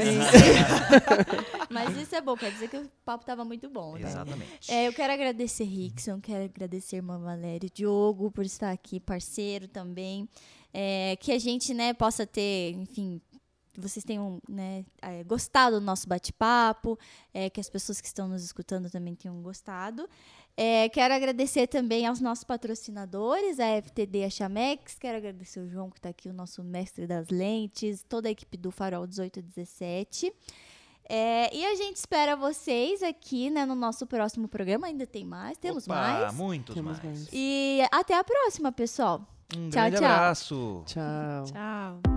Mas isso é bom, quer dizer que o papo estava muito bom, né? Exatamente. É, eu quero agradecer, Rickson, quero agradecer a irmã Valéria, Diogo, por estar aqui, parceiro também. É, que a gente, né, possa ter, enfim... vocês tenham né, gostado do nosso bate-papo, é, que as pessoas que estão nos escutando também tenham gostado. É, quero agradecer também aos nossos patrocinadores, a F T D e a Chamex. Quero agradecer o João, que está aqui, o nosso mestre das lentes, toda a equipe do Farol dezoito a dezessete. É, e a gente espera vocês aqui né, no nosso próximo programa. Ainda tem mais, temos Opa, mais. muitos temos mais. mais. E até a próxima, pessoal. Um tchau, grande tchau. abraço. Tchau. Tchau.